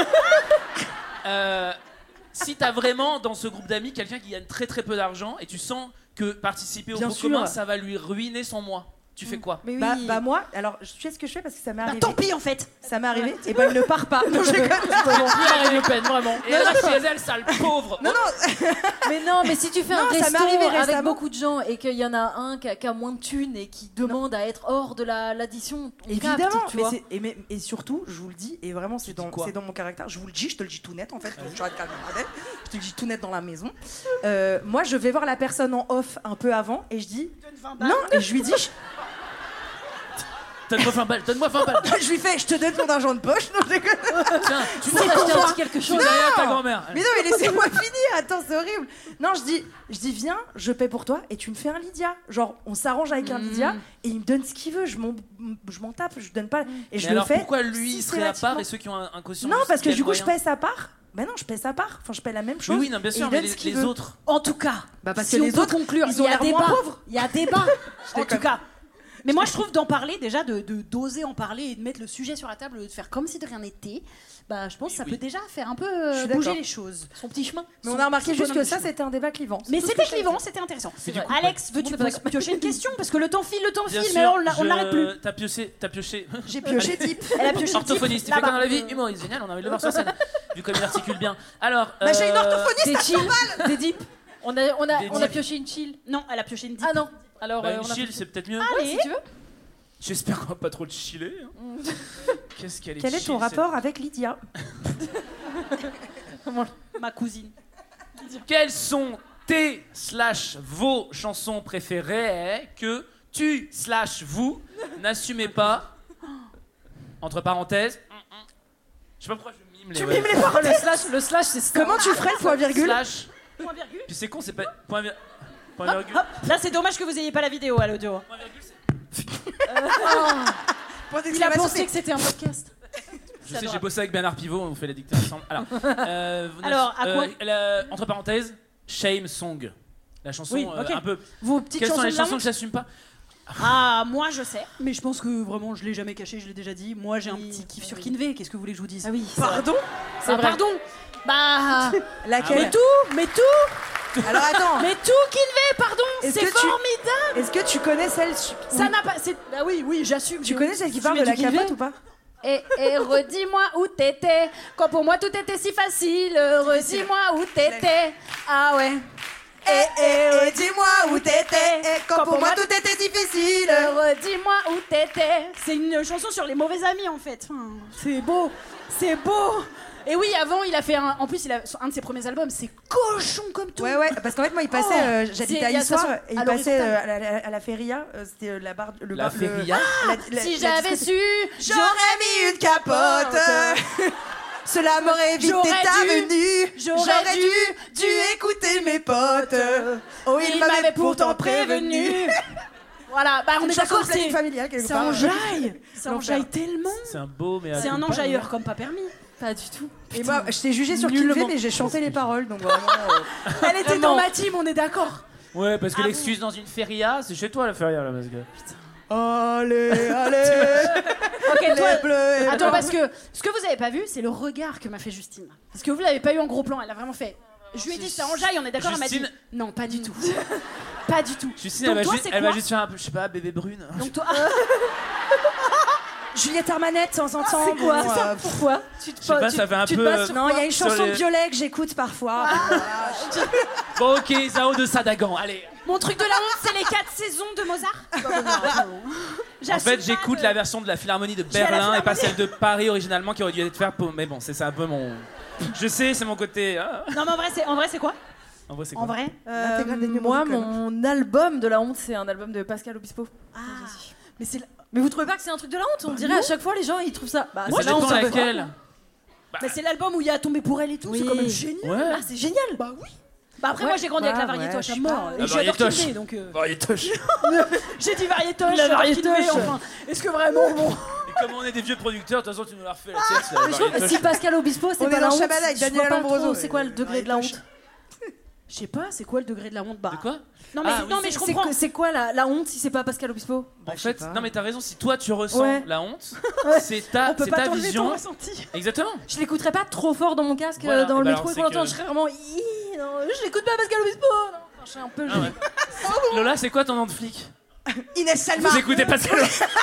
Euh, si t'as vraiment dans ce groupe d'amis quelqu'un qui gagne très très peu d'argent et tu sens que participer au
Bien
pot
sûr.
commun ça va lui ruiner son mois, tu fais quoi?
Mais oui.
Bah, bah moi, alors je sais ce que je fais parce que ça m'est
Bah,
arrivé.
tant pis en fait.
Ça m'est arrivé. Et ben il ne part pas. Non, je déconne.
Marine Le Pen, vraiment.
Et là chez elle, sale pauvre.
Non non.
Mais non, mais si tu fais
Non,
un
ça
resto
m'est arrivé
avec
récemment.
beaucoup de gens et qu'il y en a un qui a, qui a moins de thunes et qui demande à être hors de la- l'addition, on
Évidemment.
capte, tu
Mais,
vois.
c'est- et, mais- et surtout, je vous le dis, et vraiment c'est dans,
quoi
c'est dans mon caractère. Je vous le dis, je te le dis tout net en fait. Je arrête quand même, arrête. Je te le dis tout net dans la maison. Euh, moi, je vais voir la personne en off un peu avant et je dis non. Et je lui dis, je,
Donne-moi vingt balles, donne-moi vingt balles.
je lui fais, je te donne ton argent de poche. Non, je déconne.
Tiens, tu
C'est
m'as
pour
acheté
toi.
quelque chose derrière ta grand-mère.
Mais non, mais laissez-moi finir. Attends, c'est horrible. Non, je dis, je dis, viens, je paie pour toi et tu me fais un Lydia. Genre, on s'arrange avec un Lydia et il me donne ce qu'il veut. Je m'en, je m'en tape, je donne pas. Et je
Mais
le
alors
fais.
pourquoi lui il serait à part
systématiquement.
et ceux qui ont un, un quotient
Non,
juste
parce que
qui a
du
le
coup, je
moyen
paie sa part. Ben non, je paie sa part. Enfin, je paie la même chose.
Oui, oui, non, bien
et
sûr,
il
mais
donne
les,
ce qu'il
les
veut.
autres.
En tout cas,
Bah parce
si
que
on
les
peut
autres,
conclure,
ils
il
ont
y a
l'air moins
débat.
pauvres.
Il y a débat. en
déconne.
tout cas. Mais moi, je trouve d'en parler déjà, de, de d'oser en parler et de mettre le sujet sur la table, de faire comme si de rien n'était. Bah, je pense que ça
oui.
peut déjà faire un peu
Je
euh,
suis
bouger
d'accord.
les choses. Son petit chemin.
Mais
Son
on a remarqué
petit
juste que
bonhomme
ça,
de chemin.
c'était un débat clivant. C'est
Mais
tout ce
c'était
que je
clivant,
sais.
c'était intéressant.
Mais du coup,
Alex,
ouais.
veux-tu
Tout le monde est d'accord.
piocher une question? Parce que le temps file, le temps
Bien
file,
sûr,
mais on l'a- on
je-
n'arrête plus.
T'as pioché, t'as pioché.
J'ai pioché type.
Elle a pioché le
Orthophoniste,
type,
il fait quoi
là-bas.
dans la vie? Humoriste, génial, on a envie de le voir sur scène. Vu comme il articule bien. Alors.
Bah, j'ai une
euh,
orthophoniste
Des
à
chill,
cent balles.
des dips. On a, on a,
Des
on a
dips.
pioché une chill.
Non, elle a pioché une dip.
Ah non. Alors,
Bah,
euh,
une
on a
chill,
pioché-
c'est peut-être mieux.
Allez.
si tu veux.
J'espère qu'on va pas trop le chiller. hein. Qu'est-ce qu'elle est
Quel est ton
chill, cette-
rapport avec Lydia?
Ma cousine.
Quelles sont tes slash vos chansons préférées que tu slash vous n'assumez pas? Entre parenthèses. Je sais pas pourquoi je mime les
Tu
ouais.
mimes les paroles.
Le slash, le slash, c'est ça.
Comment tu ferais le point virgule?
Slash.
Point virgule.
Puis c'est con, c'est pas. Point, vir- point
Hop,
virgule.
hop. Là, c'est dommage que vous ayez pas la vidéo à l'audio.
Point virgule, c'est-
Point
Il a
d'exclamation,
pensé
c'est-
que c'était un podcast.
Je sais, j'ai bossé avec Bernard Pivot, on fait la dictée ensemble. Alors, euh, vous
Alors, à
euh,
quoi
la- entre parenthèses, Shame Song. La chanson
Oui,
euh,
ok.
un peu.
Vos petites
Quelles
chansons
sont les
de la
chansons
honte
que j'assume pas?
Ah, moi je sais, mais je pense que vraiment je l'ai jamais caché, je l'ai déjà dit. Moi j'ai un petit kiff sur Kinvey, qu'est-ce que vous voulez que je vous dise?
Ah oui.
Pardon?
Ah, pardon. Bah,
Laquelle?
mais tout, mais tout,
Alors attends.
mais tout Kinvey, pardon,
Est-ce
c'est
que tu-
formidable.
Est-ce que tu connais celle?
Ça n'a pas, c'est, bah oui, oui, j'assume.
Tu
que-
connais celle qui
tu
parle
mets
de la
du Kinvey
capote ou pas?
Et, et redis-moi où t'étais, quand pour moi tout était si facile. Redis-moi où t'étais. Ah ouais.
Eh eh, dis-moi où t'étais, eh, quand pour moi tout était difficile.
Redis-moi où t'étais. C'est une chanson sur les mauvais amis en fait. Enfin, c'est beau, c'est beau. Et oui, avant il a fait un. En plus, il a un de ses premiers albums, c'est cochon comme tout.
Ouais ouais, parce qu'en fait moi il passait,
Oh,
euh,
c'est-
j'habitais à
il y a
Issoire
ça,
et il
à
passait
l'horizontal.
euh, à, la, à la feria, euh, c'était euh, la barre, le
La
bar, le-
feria.
la- la-
Si
la
j'avais
discothèque.
su,
J'aurais mis une capote. Cela m'aurait vite
J'aurais
été
dû,
venu.
j'aurais
dû, dû écouter mes potes. Oh,
il m'avait pourtant prévenu. Voilà, bah on
Une
est
chanson
d'accord,
de planning
c'est
familial quelque
ça
part.
enjaille, ça
L'enfer.
enjaille tellement.
C'est un beau, mais.
C'est un enjailleur comme pas permis.
Pas du tout.
Et moi, je t'ai jugé sur qui
Nullement.
le fait, mais j'ai chanté les paroles, donc vraiment. euh,
Elle était dans ma team, on est d'accord.
Ouais, parce que
Ah
l'excuse dans une feria, c'est chez toi la feria là, parce que.
Allez, allez.
Ok, toi.
Les bleus et
Attends,
blancs.
parce que ce que vous avez pas vu, c'est le regard que m'a fait Justine. Parce que vous l'avez pas eu en gros plan, elle a vraiment fait. Je lui ai dit ça enjaille, on est d'accord, elle m'a dit.
Justine-
Non, pas du tout. Pas du tout.
Justine,
Donc
elle, va
toi,
juste,
c'est
elle va
quoi
juste faire un peu, je sais pas, bébé brune.
Donc toi.
Juliette Armanet, de temps en temps.
C'est quoi
bon,
ça
euh,
Pourquoi Tu te
Je sais pas, ça fait un
tu te
peu.
bases
euh,
sur
Non, il y a une
sur
chanson
les-
de Violet que j'écoute parfois.
Bon, ok, Zao de Sadagan, allez.
Mon truc de la honte, c'est les quatre saisons de Mozart.
En fait, j'écoute la version de la Philharmonie de
J'ai la
Berlin et pas
Philharmonie.
celle de Paris originalement qui aurait dû être faite pour. Mais bon, c'est ça un peu mon. Je sais, c'est mon côté. ah.
Non, mais en vrai, c'est en vrai, c'est quoi
En vrai, c'est
En
quoi
vrai
Euh,
L'intégrale des Numéros
moi,
du Club.
mon album de la honte, c'est un album de Pascal Obispo.
Ah. Mais c'est.
Mais vous trouvez pas que c'est un truc de la honte? On dirait à chaque fois, les gens, ils trouvent ça. Bah,
Mais
c'est
ça
la honte.
dépend
un peu.
laquelle.
Mais c'est l'album où il y a tombé pour elle et tout.
Oui.
C'est quand même génial.
Ouais.
Ah, c'est génial.
Bah oui. Bah après,
Ouais.
moi j'ai grandi avec
Ouais,
la variétoche
ouais,
à
je sais
mort.
pas.
Et
La
j'adore
variétoche.
Kinvé, donc. euh,
Variétoche.
J'ai dit variétoche,
La
j'adore
variétoche.
Kinvé, enfin. Est-ce que vraiment bon
Et comme on est des vieux producteurs, de toute façon, tu nous l'as refait la tienne, c'est la
Mais je trouve que
variétoche.
si Pascal Obispo, c'est
On
pas
est
la
dans
honte.
Shabada avec
je
Daniel
vois pas trop
Ambroso.
C'est quoi le degré de la honte?
Je sais pas, c'est quoi le degré de la honte bah.
De quoi
Non mais,
Ah,
non,
oui.
mais je
C'est
comprends.
que- C'est quoi la, la honte si c'est pas Pascal Obispo?
En
je sais
fait,
pas.
non mais t'as raison, si toi tu ressens
Ouais.
la honte, c'est ta,
On peut
c'est
pas
ta
t'enlever ton
vision.
ressenti.
Exactement.
Je l'écouterais pas trop fort dans mon casque
Voilà.
euh, dans
Eh
le
ben
métro
alors,
et qu'on
c'est
l'entend.
que-
Je serais vraiment. Ih, non, je l'écoute pas Pascal Obispo. Non. Enfin, je suis un peu
Ah
gênée.
ouais. Lola, c'est quoi ton nom de flic?
Inès Salma.
Vous écoutez Pascal.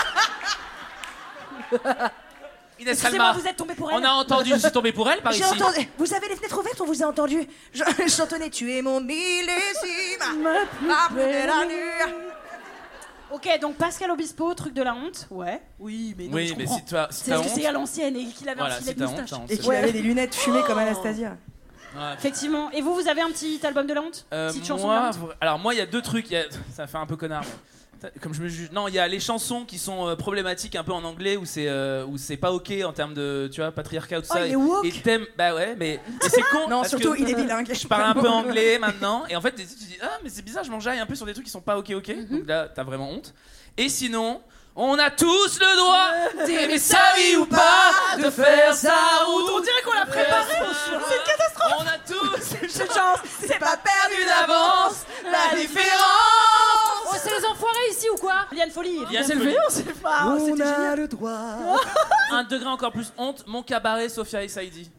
Inès
Excusez-moi,
Salma.
vous êtes tombé pour elle.
On a entendu, je suis tombé pour elle par
J'ai
ici.
entendu. Vous avez les fenêtres ouvertes, on vous a entendu. Je chantonnais, tu es mon millésime. Ma plus belle allure.
Ok, donc Pascal Obispo, truc de la honte. Ouais. Oui, mais non,
Oui,
je
mais
comprends.
si toi, si
C'est
t'as
parce que c'est
honte,
à l'ancienne et qu'il avait
voilà,
un
si
filet de
t'as honte,
moustache.
t'as honte.
Et
c'est
qu'il
bon.
avait des lunettes fumées comme Anastasia.
Ouais.
Effectivement. Et vous, vous avez un petit album de la honte
Euh,
Petite chanson de la
moi,
honte
vra- alors moi, il y a deux trucs. il Y a, ça fait un peu connard. mais- Comme je me juge. Non, il y a les chansons qui sont euh, problématiques un peu en anglais où c'est euh, où c'est pas ok en termes de tu vois patriarcat ou tout
Oh,
ça.
il
et,
est woke.
et thème, bah ouais, mais et c'est con.
Non,
parce
surtout,
que
il est bilingue.
Je parle un peu anglais maintenant et en fait tu dis ah mais c'est bizarre, je m'enjaille un peu sur des trucs qui sont pas ok ok. Donc là t'as vraiment honte. Et sinon. On a tous le droit d'aimer sa vie ou pas, de faire sa route.
On dirait qu'on l'a préparé.
C'est une catastrophe. On a tous cette chance, c'est pas perdu d'avance. La différence.
Oh, c'est les enfoirés ici ou quoi Liane Folie.
Liane
C'est
Folie.
levé, on sait pas.
On
C'était
a
génial.
le droit.
Un degré encore plus honte, mon cabaret, Sophia et Saïdi.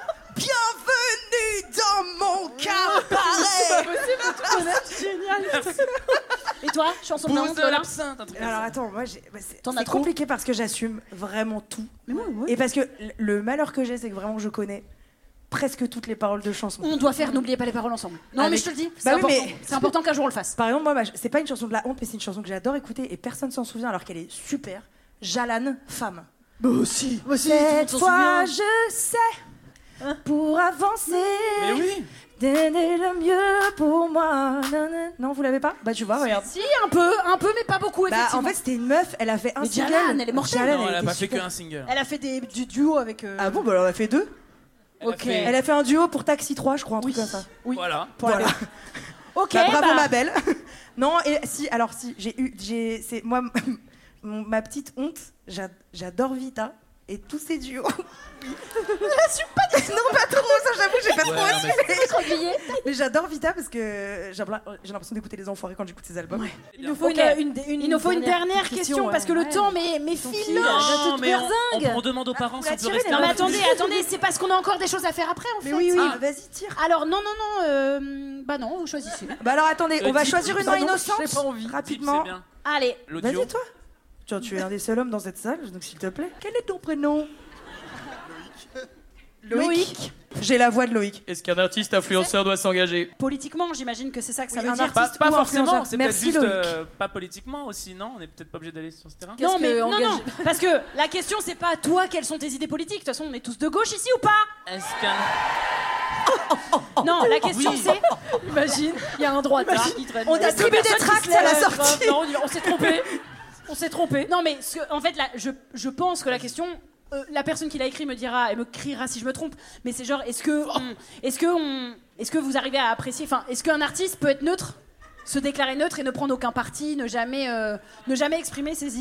Bienvenue dans mon cabaret.
Génial. Et toi, chanson de la honte,
Pousse de
Lola
l'absinthe, un truc comme
Alors
ça.
attends, moi j'ai- bah, c'est
T'en as
c'est
trop
compliqué parce que j'assume vraiment tout.
Mais ouais, ouais.
Et parce que l- le malheur que j'ai, c'est que vraiment je connais presque toutes les paroles de chansons.
On doit faire N'oubliez pas les paroles ensemble. Non,
Ah,
mais
mais-
je te le dis, c'est
Bah oui,
important.
mais-
C'est important qu'un jour on le fasse.
Par exemple, moi, ma- c'est pas une chanson de la honte, mais c'est une chanson que j'adore écouter et personne s'en souvient alors qu'elle est super. Jalane, femme.
Bah aussi.
Cette fois, je sais, pour avancer,
Mais oui.
donner le mieux pour moi. Nanana. Non, vous l'avez pas? Bah tu vois, regarde.
Si, un peu, un peu, mais pas beaucoup,
Bah,
effectivement.
en fait, c'était une meuf, elle a fait un
Mais
single.
Jalane, elle est mortelle.
Jalane,
Non, elle a
était
pas fait
super.
qu'un single.
Elle a fait des, du duo avec. euh,
Ah bon, bah elle en a fait deux.
Elle a
Ok.
fait-
Elle a fait un duo pour Taxi trois, je crois, un truc comme ça.
Oui.
Voilà.
Voilà.
Ok,
Bah, bravo
bah,
ma belle. Non, et si, alors si, j'ai eu, j'ai, c'est moi, mon- ma petite honte, j'a- j'adore Vita et tous ces duos. J'assume pas du tout. Non, pas trop, ça j'avoue, j'ai pas
Ouais,
trop
non, mais-
assumé. Mais j'adore Vita parce que j'ai l'impression j'ai l'impression d'écouter les enfoirés quand j'écoute ses albums.
Il nous faut,
Ok.
une, une- une- il nous faut une dernière question, parce que le
ouais.
temps mais, mais file.
Non, mais on,
berzingue.
on- on demande aux parents
vous
si
la
on peut
tirez,
rester
les
Non
un
mais
peu
attendez,
plus.
attendez, c'est parce qu'on a encore des choses à faire après en fait.
Mais oui, oui,
Ah.
vas-y, tire.
Alors non, non, non, euh, bah non, vous choisissez.
Bah alors attendez,
Euh,
on va
dis-
choisir une
bah
main
non,
innocente,
j'ai pas envie.
rapidement.
C'est bien.
Allez,
L'audio.
Vas-y toi. Tu, tu es un des seuls hommes dans cette salle, donc s'il te plaît. Quel est ton prénom? Loïc.
Loïc.
J'ai la voix de Loïc.
Est-ce qu'un artiste influenceur doit s'engager?
Politiquement, j'imagine que c'est ça que ça
Oui,
veut
un
dire.
artiste
Pas, pas
ou
forcément,
influenceur.
c'est peut-être
Merci,
juste
Loïc.
euh, pas politiquement aussi, non? On est peut-être pas obligé d'aller sur ce terrain.
Non
Qu'est-ce
mais
que
non,
engage-
non, parce que la question c'est pas toi quelles sont tes idées politiques. De toute façon, on est tous de gauche ici ou pas?
Est-ce qu'un.
Non, la question
Oui.
c'est, imagine, il y a un droitard qui traîne.
On distribue des
Personne qui
tracts
se lève,
à la
grave,
sortie.
Non, on, on s'est trompé. On s'est trompé. Non mais ce que- en fait là, je, je pense que la question. euh, la personne qui l'a écrit me dira et me criera si je me trompe, mais c'est genre est-ce que on- est-ce que on, est-ce que vous arrivez à apprécier, enfin est-ce qu'un artiste peut être neutre, se déclarer neutre et ne prendre aucun parti, ne jamais euh, ne jamais exprimer ses idées?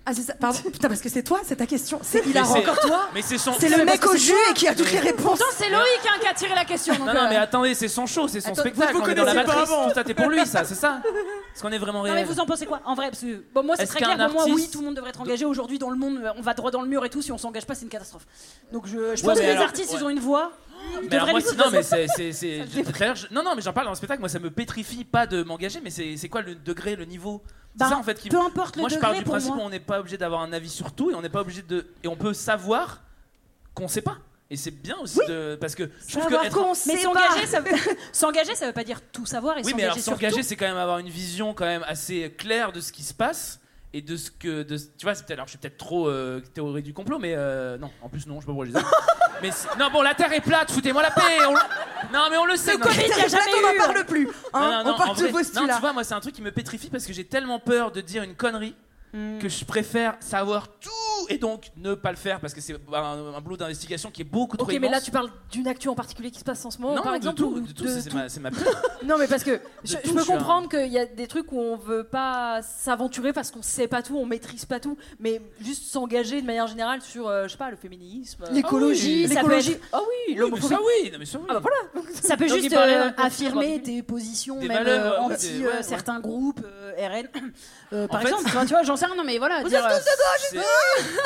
Ah, c'est ça. Pardon. Putain, parce que c'est toi, c'est ta question. C'est hilarant.
c'est-
Encore toi.
Mais c'est son.
C'est le mec au jus et qui a toutes les
Mais-
réponses.
Pourtant, c'est Loïc hein, qui a tiré la question. Donc,
Non, non,
euh,
mais attendez, c'est son show, c'est son
Attends,
spectacle.
vous vous
On est dans la
connaissez pas
matrice.
avant.
Tout ça, t'es pour lui, ça, c'est ça. Parce qu'on est vraiment
Non,
réel.
mais vous en pensez quoi en vrai? Parce que bon, moi, c'est
Est-ce
très
qu'un
clair. Pour moi,
artiste-
oui, tout le monde devrait être engagé. Aujourd'hui, dans le monde, on va droit dans le mur et tout. Si on s'engage pas, c'est une catastrophe. Donc, je, je
Ouais,
pense
mais
que les
alors-
artistes,
ouais.
ils ont une voix. Ils
Mais alors
devraient
moi,
les-
c'est- non, mais c'est. c'est- c'est- je- d'ailleurs, je- Non, non, mais j'en parle dans le spectacle. Moi, ça me pétrifie pas de m'engager, mais c'est c'est quoi le degré, le niveau? C'est
Bah,
ça en fait qui.
peu importe le
Moi, je pars
degré,
du
pour
principe
moi.
où on n'est pas obligé d'avoir un avis sur tout et on n'est pas obligé de. Et on peut savoir qu'on sait pas. Et c'est bien aussi de. Parce que je trouve que.
Savoir
être-
qu'on
Mais
sait
s'engager,
pas.
ça veut... s'engager, ça veut pas dire tout savoir. Et
Oui, mais alors
s'engager sur
s'engager,
tout.
c'est quand même avoir une vision quand même assez claire de ce qui se passe et de ce que, de, tu vois, c'est peut-être, alors je suis peut-être trop euh, théorie du complot, mais euh, non, en plus non, je sais pas pourquoi je dis ça. Mais c'est- non, bon, la Terre est plate, foutez-moi la paix. on le- Non, mais on le sait.
Le
non,
Covid,
mais-
il y a jamais
on n'en
eu.
parle plus. Hein,
Non, non, non,
on parle
en
de
vrai-
vos
non,
styles là.
tu vois, moi, c'est un truc qui me pétrifie parce que j'ai tellement peur de dire une connerie que je préfère savoir tout et donc ne pas le faire parce que c'est un, un boulot d'investigation qui est beaucoup trop
Ok, mais
immense.
là tu parles d'une actu en particulier qui se passe en ce moment,
non,
par
de
exemple,
tout,
ou
de tout,
de
c'est c'est
tout
ma, c'est ma peur.
Non, mais parce que je,
tout,
je
je
peux
suis un-
comprendre qu'il y a des trucs où on veut pas s'aventurer parce qu'on sait pas tout, on maîtrise pas tout, mais juste s'engager de manière générale sur, euh, je sais pas, le féminisme, euh,
L'écologie,
Ah oui.
ça peut
l'écologie.
être-
Ah oui,
Oui, mais
l'homophobie.
ça oui, non, mais ça oui.
Ah bah voilà.
Ça peut
Donc,
juste
il parlait
euh,
d'un conflit
affirmer
particulier.
tes positions,
Des
même
valeurs,
euh,
ouais,
anti
des-
euh,
ouais, ouais.
certains groupes, euh, R N, euh, par
En fait,
exemple. Tu vois, tu vois, j'en sais rien, non mais voilà.
Vous
dire,
êtes tous
euh,
de gauche.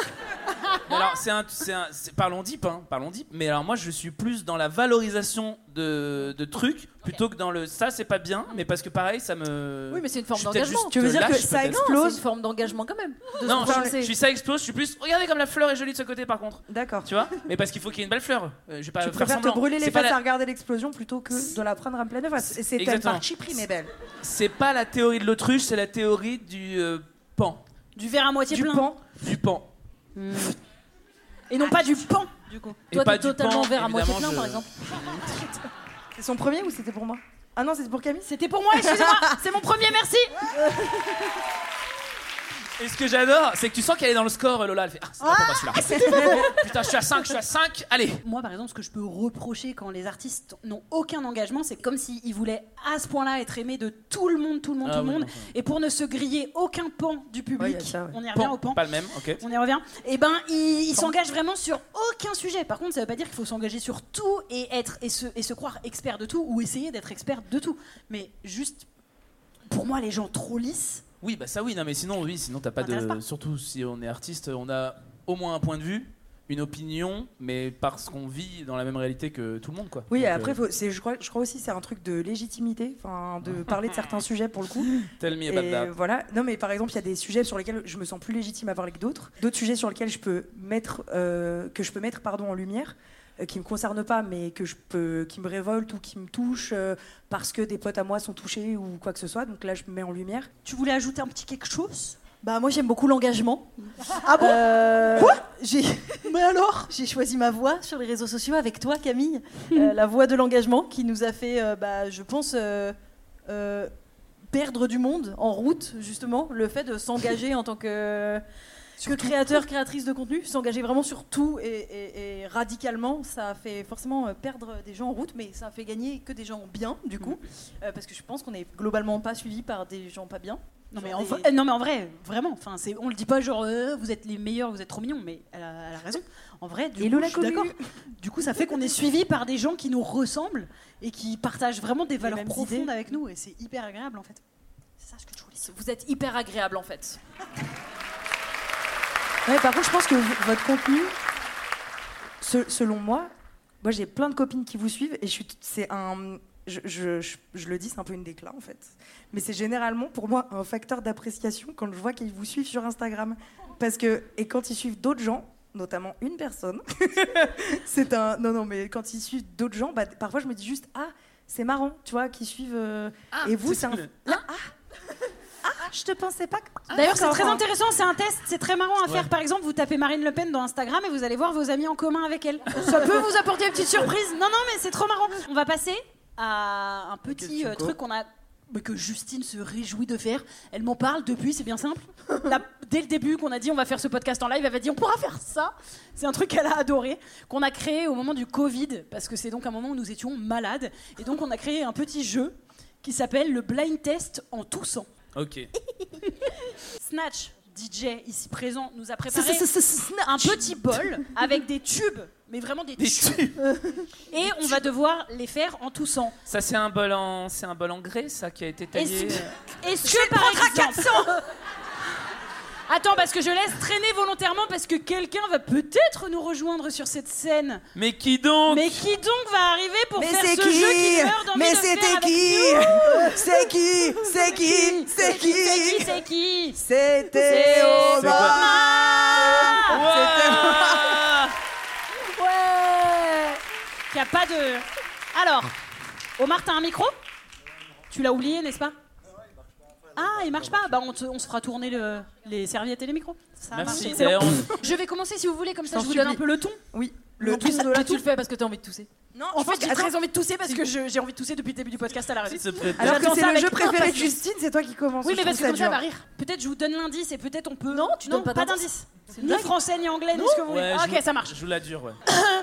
Mais alors, c'est un, c'est un, c'est- parlons deep, hein, parlons deep. Mais alors, moi, je suis plus dans la valorisation de, de trucs plutôt que dans le ça, c'est pas bien. Mais parce que pareil, ça me.
Oui, mais c'est une forme
je suis peut-être
d'engagement.
juste
Tu veux dire que
lâche,
ça
peut-être.
Non,
explose.
c'est une forme d'engagement quand même. de
Non,
se
je,
lancer.
je suis ça explose. Je suis plus. Regardez comme la fleur est jolie de ce côté, par contre.
D'accord.
Tu vois. Mais parce qu'il faut qu'il y ait une belle fleur. Euh, je vais pas
Tu
faire
préfères te
semblant.
brûler les
C'est pas
fesses
la-
à regarder l'explosion plutôt que de la prendre en pleine œuvre. C'est c'est un
Exactement.
parti pris, mais belle.
C'est pas la théorie de l'autruche, c'est la théorie du euh, pan.
du verre à moitié
Du
plein.
pan.
Du pan.
Et non pas du pan, du coup.
Et
Toi,
pas
t'es
du
totalement
pan,
vert à moitié
évidemment,
plein,
je-
par exemple.
C'est son premier ou c'était pour moi? Ah non, c'était pour Camille.
C'était pour moi, excusez-moi. C'est mon premier, merci.
Et ce que j'adore, c'est que tu sens qu'elle est dans le score, Lola. Elle fait ah, c'est pas pour moi celui-là. Putain, je suis à cinq, je suis à cinq. Allez.
Moi, par exemple, ce que je peux reprocher quand les artistes n'ont aucun engagement, c'est comme s'ils voulaient à ce point-là être aimés de tout le monde, tout le monde,
Ah
tout le
oui,
monde,
non, ça-
et pour ne se griller aucun pan du public,
Ouais, y a ça, ouais.
on y revient
Pan,
au pan.
pas le même, ok.
On y revient. Et ben, ils ils s'engagent vraiment sur aucun sujet. Par contre, ça veut pas dire qu'il faut s'engager sur tout et être et se, et se croire expert de tout ou essayer d'être expert de tout. Mais juste, pour moi, les gens trop lisses.
Oui, bah ça oui, non mais sinon oui, sinon t'as pas
M'intéresse
de.
pas.
Surtout si on est artiste, on a au moins un point de vue, une opinion, mais parce qu'on vit dans la même réalité que tout le monde, quoi.
Oui,
Donc,
et après,
euh,
faut- c'est- je crois, je crois aussi c'est un truc de légitimité, enfin, de parler de certains sujets pour le coup.
tell me about
Et
that.
voilà. Non, mais par exemple, il y a des sujets sur lesquels je me sens plus légitime à parler que d'autres. D'autres sujets sur lesquels je peux mettre, euh, que je peux mettre, pardon, en lumière, euh, qui me concernent pas, mais que je peux, qui me révoltent ou qui me touchent euh, parce que des potes à moi sont touchés ou quoi que ce soit. Donc là, je me mets en lumière.
Tu voulais ajouter un petit quelque chose?
Bah moi j'aime beaucoup l'engagement.
Ah bon?
Euh, j'ai... Mais alors J'ai choisi ma voix sur les réseaux sociaux avec toi Camille, euh, la voix de l'engagement qui nous a fait, euh, bah, je pense, euh, euh, perdre du monde en route justement. Le fait de s'engager en tant que, que créateur, créatrice de contenu, s'engager vraiment sur tout et, et- et radicalement, ça a fait forcément euh, perdre des gens en route, mais ça a fait gagner que des gens bien du coup, euh, parce que je pense qu'on est globalement pas suivi par des gens pas bien.
Non mais,
Genre
en
des-
vrai, euh, non mais en vrai, vraiment, enfin, c'est, on le dit pas genre euh, vous êtes les meilleurs, vous êtes trop mignons, mais elle a, elle a raison. En vrai, du
Hello
coup,
la
je suis d'accord.
commu.
Du coup, ça fait qu'on est suivi par des gens qui nous ressemblent et qui partagent vraiment des valeurs
mêmes
profondes
idées.
avec nous, et c'est hyper agréable en fait. C'est ça ce que je voulais dire.
Vous êtes hyper agréable en fait.
Ouais, par contre, je pense que v- votre contenu, se- selon moi, moi j'ai plein de copines qui vous suivent et je suis, t- c'est un, je, je- je- je le dis, c'est un peu une décla en fait, mais c'est généralement pour moi un facteur d'appréciation quand je vois qu'ils vous suivent sur Instagram, parce que et quand ils suivent d'autres gens, notamment une personne, c'est un, non non mais quand ils suivent d'autres gens, bah, parfois je me dis juste ah c'est marrant, tu vois, qu'ils suivent euh, et vous c'est un,
le-
là, ah, ah je te pensais pas. que-
D'ailleurs, c'est
d'accord,
très
enfin,
intéressant, c'est un test, c'est très marrant à faire.
Ouais.
Par exemple, vous tapez Marine Le Pen dans Instagram et vous allez voir vos amis en commun avec elle. Ça peut vous apporter une petite surprise. Non, non, mais c'est trop marrant. On va passer à un petit
question
euh,
quoi
truc qu'on a, mais que Justine se réjouit de faire. Elle m'en parle depuis, c'est bien simple. Là, dès le début qu'on a dit on va faire ce podcast en live, elle va dire on pourra faire ça. C'est un truc qu'elle a adoré, qu'on a créé au moment du Covid, parce que c'est donc un moment où nous étions malades. Et donc on a créé un petit jeu qui s'appelle le blind test en toussant.
Ok.
Snatch D J ici présent, nous a préparé un petit bol avec des tubes, mais vraiment des,
Des
tubes.
tubes.
Et on va devoir les faire en toussant.
Ça, c'est un bol en, c'est un bol en grès, ça, qui a été taillé.
Est-ce est-ce que par exemple... Attends, parce que je laisse traîner volontairement parce que quelqu'un va peut-être nous rejoindre sur cette scène.
Mais qui donc?
Mais qui donc va arriver pour
Mais
faire
c'est
ce
qui
jeu qui meurt d'envie
Mais
de
c'était
faire avec
qui
nous?
C'est qui C'est qui C'est qui
C'est qui C'est qui
C'était
C'est
Omar.
Ouais. Qu'il n'y a pas de... Alors, Omar, t'as un micro? Tu l'as oublié, n'est-ce pas? Ah, il marche pas. Bah, on, te- on se fera tourner le- les serviettes et les micros. Ça a
Merci.
marché.
D'ailleurs,
Je vais commencer si vous voulez, comme ça
T'en
je vous donne un
supplie.
peu le ton.
Oui.
Le
Le
tout,
tout de la
tu le fais parce que t'as envie de tousser.
Non,
En
je pense
fait, j'ai
que-
très
attends.
envie de tousser parce que je- j'ai envie de tousser depuis le début du podcast à la radio.
s'il te plaît.
Alors que
J'attends
c'est
ça
le
avec
jeu préféré de
impatience.
Justine, c'est toi qui commence.
Oui, mais
Je
parce que
trouve
comme ça, elle
dur.
va rire. Peut-être je vous donne l'indice et peut-être on peut.
Non, tu donnes pas
pas
d'indice.
d'indice. Ni français ni anglais, ni ce que vous voulez.
Ouais,
Ah,
je
ok,
vous-
ça marche.
Je vous la dure, ouais.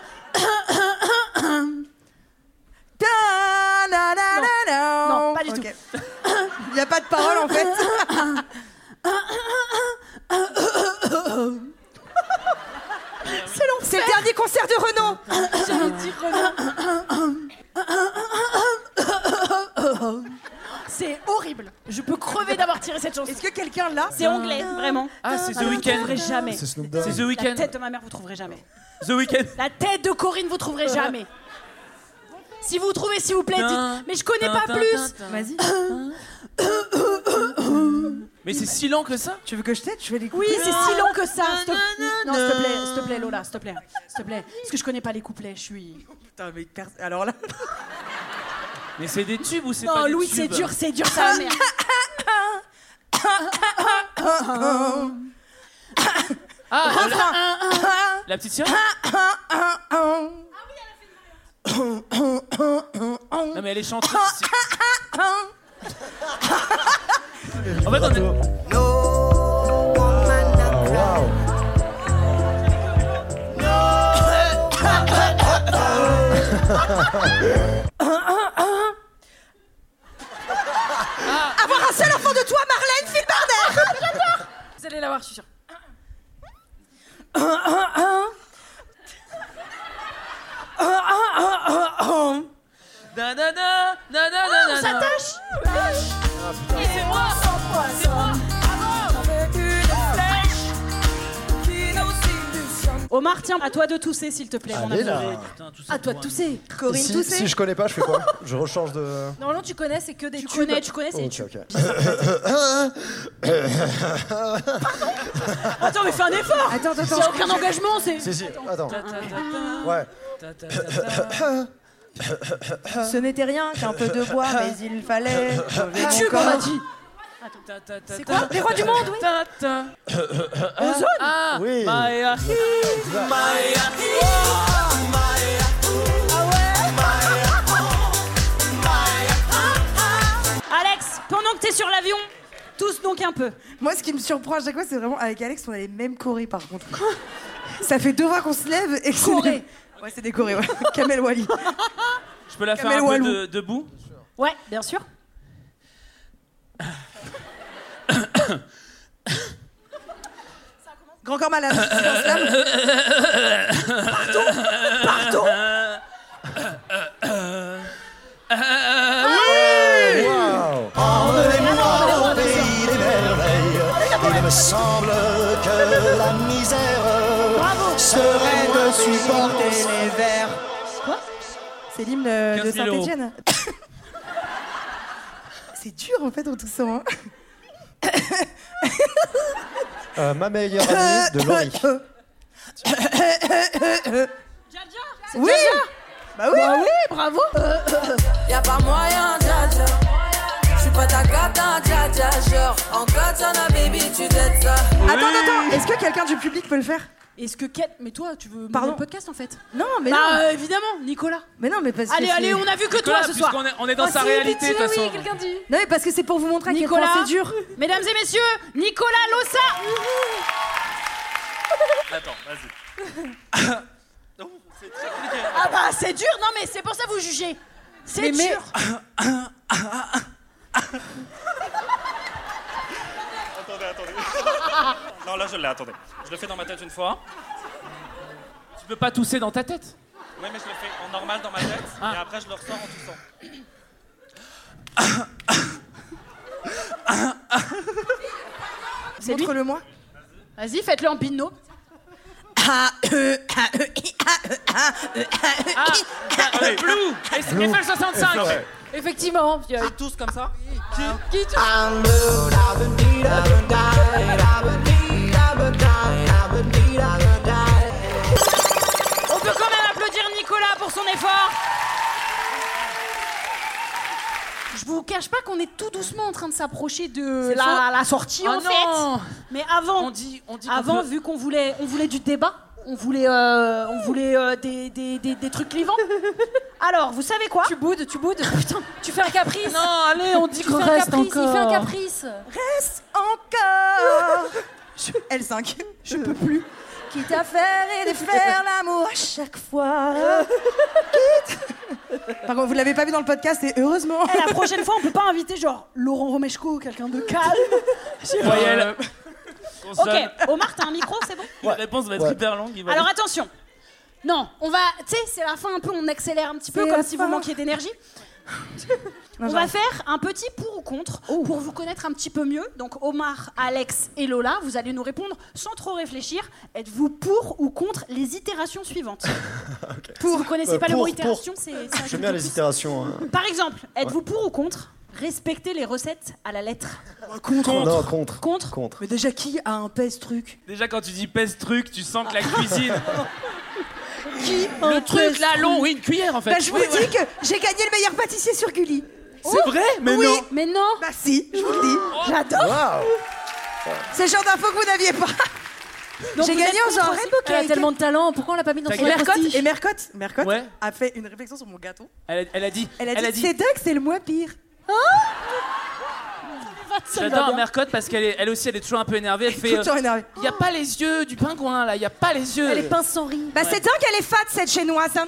Ta na na na na.
Non, pas du
Ok. Il n'y a pas de parole en fait. C'est long. C'est le dernier concert de Renaud.
J'allais dire Renaud. C'est horrible. Je peux crever d'avoir tiré cette chanson.
Est-ce que quelqu'un l'a?
C'est anglais, vraiment.
Ah, c'est The
Vous
Weeknd.
trouverez jamais.
C'est Snoop Dogg.
C'est The
La
Weeknd.
tête de ma mère, vous trouverez jamais.
The Weeknd.
La tête de Corinne, vous trouverez jamais. Si vous trouvez, s'il vous plaît, dites. Mais je connais pas plus.
Vas-y.
Mais c'est si lent que ça?
Tu veux que je t'aide? Je vais l'écouter.
Oui, c'est si long que ça. S'il te- Non, s'il te plaît, s'il te plaît, Lola, s'il te plaît, s'il te plaît. Parce que je connais pas les couplets, je suis.
Putain, mais pers- alors là.
Mais c'est des tubes ou c'est pas
Non,
des
Louis,
tubes?
c'est dur, c'est dur, ça merde.
Ah, la, la petite sirène? Non mais elle est chanteuse. c'est- En fait, on est...
Avoir un seul enfant de toi, Marlène Filbarder.
Vous allez l'avoir, je suis sûre.
Nanana, nanana,
On s'attache.
Et c'est moi sans poisson. Avec une flèche qui nous illusionne.
Omar, tiens, à toi de tousser, s'il te plaît, mon
Allez
ami.
là.
À toi de tousser.
Corinne
Si,
Toussaint.
si je connais pas, je fais quoi? Je rechange de.
Normalement, tu connais, c'est que des
Tu
tubes.
connais, tu connais, c'est
Ok,
tu-
ok.
Attends, mais fais un effort.
Attends, attends,
Il y a aucun engagement, c'est.
Si, si, attends.
Ta, ta, ta, ta.
Ouais.
Ta, ta, ta, ta.
Ce n'était rien qu'un peu de bois, mais il fallait. sauver mon
tube, on a
corps.
dit.
Ta, ta, ta,
C'est
ta.
quoi? Les rois du monde, oui.
Ta, ta.
Ozone.
Ah,
Oui.
Maya. Maya.
Alex, pendant que t'es sur l'avion, tousse donc un peu.
Moi, ce qui me surprend à chaque fois, c'est vraiment avec Alex, on a les mêmes chorés par contre. Ça fait deux fois qu'on se lève et que c'est
Choré.
les- Ouais, c'est des chorés, ouais. Kamel Wally.
Je peux la faire
Kamel
un peu
Walou.
de, debout?
Ouais, bien sûr.
Grand corps malade. Silence flamme.
Waouh!
Emmenez-moi au pays des merveilles. Il me semble que la misère serait de supporter
les vers. Quoi? C'est l'hymne de
quinze mille euros.
Saint-Etienne. C'est dur en fait en tout ça. Hein.
Euh, ma meilleure amie de Laurie.
Oui. Bah oui.
Bah oui, bravo.
Y'a pas moyen, dja dja. J'suis pas ta cata, dja dja. Genre, en katana, baby, tu t'aides ça.
Attends, attends. Est-ce que quelqu'un du public peut le faire?
Est-ce que Kate. Mais toi, tu veux mener
Pardon.
le podcast en fait?
Non, mais
Bah,
non.
euh, évidemment, Nicolas.
Mais non, mais parce que
Allez,
c'est-
allez, on a vu que toi
Nicolas,
ce soir.
puisqu'on est, on est dans
Oh,
sa
si,
réalité de
pitié,
toute façon.
oui, quelqu'un dit.
Non, mais parce que c'est pour vous montrer à quel point
Nicolas,
c'est dur.
mesdames et messieurs, Nicolas Lossa.
Attends, vas-y.
Ah bah c'est dur, non mais c'est pour ça que vous jugez. C'est
Mais- mais-
dur.
Attendez, attendez.
attendez. Non, là, je l'ai, attendez. Je le fais dans ma tête une fois.
Tu peux pas tousser dans ta tête?
Oui, mais je le fais en normal dans ma tête,
Ah.
et après, je le ressors en toussant.
C'est lui.
Montre-le-moi.
Vas-y, faites-le en pinot.
Ah,
Allez.
Blue Et c'est Eiffel soixante-cinq.
Effectivement.
Qui tous comme ça?
Qui tu- On peut quand même applaudir Nicolas pour son effort. Je vous cache pas qu'on est tout doucement en train de s'approcher de
C'est
la,
faux.
la sortie
Oh
en
non.
fait. Mais avant,
On dit, on dit qu'on
avant
peut-
vu qu'on voulait, on voulait du débat, on voulait, euh, on voulait euh, des, des, des, des trucs clivants. Alors, vous savez quoi?
Tu boudes, tu boudes. Putain, tu fais un caprice.
Non, allez, on dit
Tu
qu'on
fais un
reste
caprice,
encore.
il fait un caprice.
Reste encore. Je- L cinq. Je peux plus. Quitte à faire et défaire l'amour à chaque fois. Quitte. Par contre, vous l'avez pas vu dans le podcast, et heureusement.
Eh, la prochaine fois, on peut pas inviter genre Laurent Romeshko, quelqu'un de calme.
Voyelle.
Ok, Omar, t'as un micro, c'est bon?
La réponse va être
Ouais.
hyper longue. il va
Alors
dire-
attention. Non, on va, tu sais, c'est la fin un peu, on accélère un petit peu
C'est
comme
la
si
fin.
vous manquiez d'énergie.
Non,
On
genre-
va faire un petit pour ou contre pour vous connaître un petit peu mieux. Donc Omar, Alex et Lola, vous allez nous répondre sans trop réfléchir. Êtes-vous pour ou contre les itérations suivantes? Si vous connaissez
Euh,
pas le
pour,
mot itération, c'est c'est un
J'aime bien
peu
les
plus.
itérations. hein.
Par exemple, êtes-vous pour ou contre respecter les recettes à la lettre?
Contre.
Non, contre.
Contre.
Contre.
Mais déjà, qui a un pèse truc?
Déjà, quand tu dis pèse truc, tu sens que la cuisine.
Qui a
Le
un
truc
pèse
là,
truc
long, oui, une cuillère en fait.
Bah, je vous
Oui,
dis
ouais.
que j'ai gagné le meilleur pâtissier sur Gulli.
C'est vrai? Mais
Oui.
non.
Mais non.
Bah si, je vous le dis.
Oh.
J'adore.
Waouh.
C'est le genre d'infos que vous n'aviez pas.
Donc
J'ai
vous
gagné
êtes
en genre
contre aussi
rainbow
Elle a
cake.
tellement de talent, pourquoi on l'a pas mis dans
T'as
son
Et Mercotte,
prestige
et Mercotte, Mercotte
Ouais.
a fait une réflexion sur mon gâteau.
Elle a, elle a dit.
Elle a dit, c'est Doug, c'est le moins pire.
Ça me va
J'adore
bien.
Mercotte parce qu'elle est, elle aussi, elle est toujours un peu énervée. Elle
Tout
fait.
le temps énervé.
Il y a pas les yeux du pingouin là. Il y a pas les yeux.
Elle est pince sans riz.
Bah c'est dingue qu'elle est fat cette chinoise. Hein.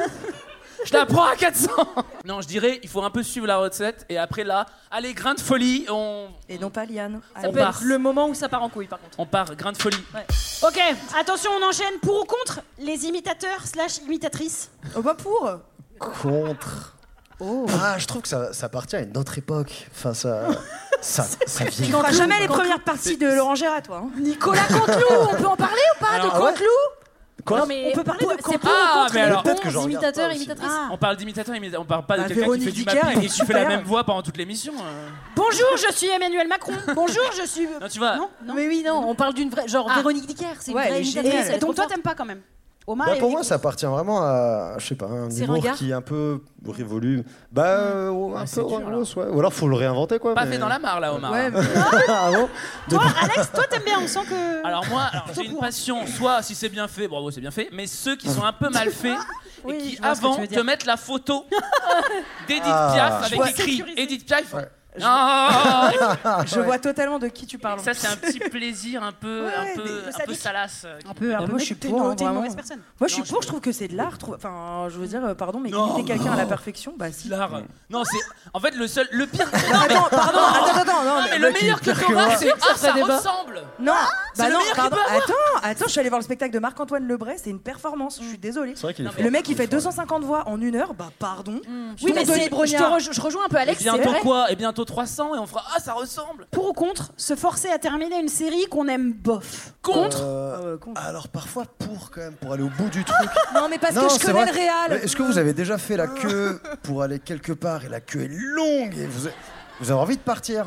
Je la prends à quatre cents. Non, je dirais, il faut un peu suivre la recette et après là, allez, grain de folie, on,
Et non pas Liane.
Ça
On
peut
part.
être le moment où ça part en couille par contre.
on part, grain de folie.
Ok, attention, on enchaîne. Pour ou contre les imitateurs slash imitatrices?
Oh bah pour.
Contre.
Oh.
Ah, je trouve que ça, ça appartient à une autre époque. Enfin, ça. ça, ça
Tu
vieillit.
feras jamais les premières parties de Laurent Gérard, toi. hein.
Nicolas Canteloup, on peut en parler ou pas
Alors,
de
ah ouais
Canteloup?
Quoi
Non mais on peut parler de
C'est
Canteloup.
pour ou
Ah,
contre
mais
les
alors-
Peut-être que
bons
j'en regarde
imitateurs
pas
et
aussi.
imitatrices.
Ah.
On parle d'imitateur, imita- on parle pas
Bah,
de quelqu'un qui
Véronique
fait du
Dicker,
mapping
il
et
est
tu fais la
super.
même voix pendant toute l'émission. euh.
Bonjour, je suis Emmanuel Macron. Bonjour, je suis.
Non, tu vois.
Non, non.
Mais oui, non, on parle d'une vraie. Genre
Ah.
Véronique Dicker, c'est une
Ouais, elle
vraie
est
imitatrice.
géniale.
elle est
Et donc
trop
toi
forte.
t'aimes pas quand même? Omar
Bah,
et
pour
Nico.
moi, ça appartient vraiment à, je sais pas, un
C'est
humour
ringard
qui est un peu révolu. Bah, euh, un
c'est
peu
dur,
ringos, ouais. Ou alors faut le réinventer quoi.
Pas
mais-
fait dans la mare là, Omar.
Ouais, mais-
ah bon De-
Toi, Alex, toi t'aimes bien, on sent que.
Alors moi, alors, j'ai une passion, soit si c'est bien fait, bravo, c'est bien fait, mais ceux qui sont un peu mal faits
Oui,
et qui
je vois ce que
avant
tu veux
te
dire.
mettent la photo d'Edith
Ah.
Piaf
Je
avec
vois
écrit
sécurisé.
Edith Piaf.
Ouais.
Ah,
Je vois totalement de qui tu parles.
ça c'est un petit plaisir un peu,
Ouais,
un peu,
mais- mais
un
ça
peu
dit-
salace.
Un peu, un
Moi,
peu.
je suis
t'es
pour,
une-
hein,
t'es une
vraiment.
mauvaise personne.
Moi, je suis
Non,
pour.
je-
Je trouve que c'est de l'art. trouve- Enfin, je veux dire, euh, pardon, mais
Non,
imiter quelqu'un à la
non.
perfection, bah si.
L'art. Non, c'est en fait le seul, le pire.
Attends, pardon, attends, attends, non,
Non, mais
mais
le
mec,
meilleur
il est
que
pire que
t'auras,
moi.
c'est ah ça
débat.
ressemble.
Non,
c'est
bah
le
non,
meilleur qu'il
pardon.
peut avoir.
Attends, attends, je suis allée voir le spectacle de Marc-Antoine Lebray, c'est une performance. Je suis désolée.
C'est vrai qu'il est
Non,
fort.
Le mec, il fait
est fort.
deux cent cinquante voix en une heure, bah pardon.
Oui, mais
Denis
c'est- je, te
Brognard.
rej- je rejoins un peu
Et
Alex. c'est
bientôt
vrai.
quoi? Et bientôt trois cents et on fera ah ça ressemble.
Pour ou contre se forcer à terminer une série qu'on aime bof? Contre.
Euh,
Ah ouais, con.
alors parfois pour quand même, pour aller au bout du truc.
Non, mais parce
Non,
que je
c'est
connais
vrai.
le réal.
Mais Est-ce que vous avez déjà fait la queue pour aller quelque part et la queue est longue et vous, vous avez envie de partir?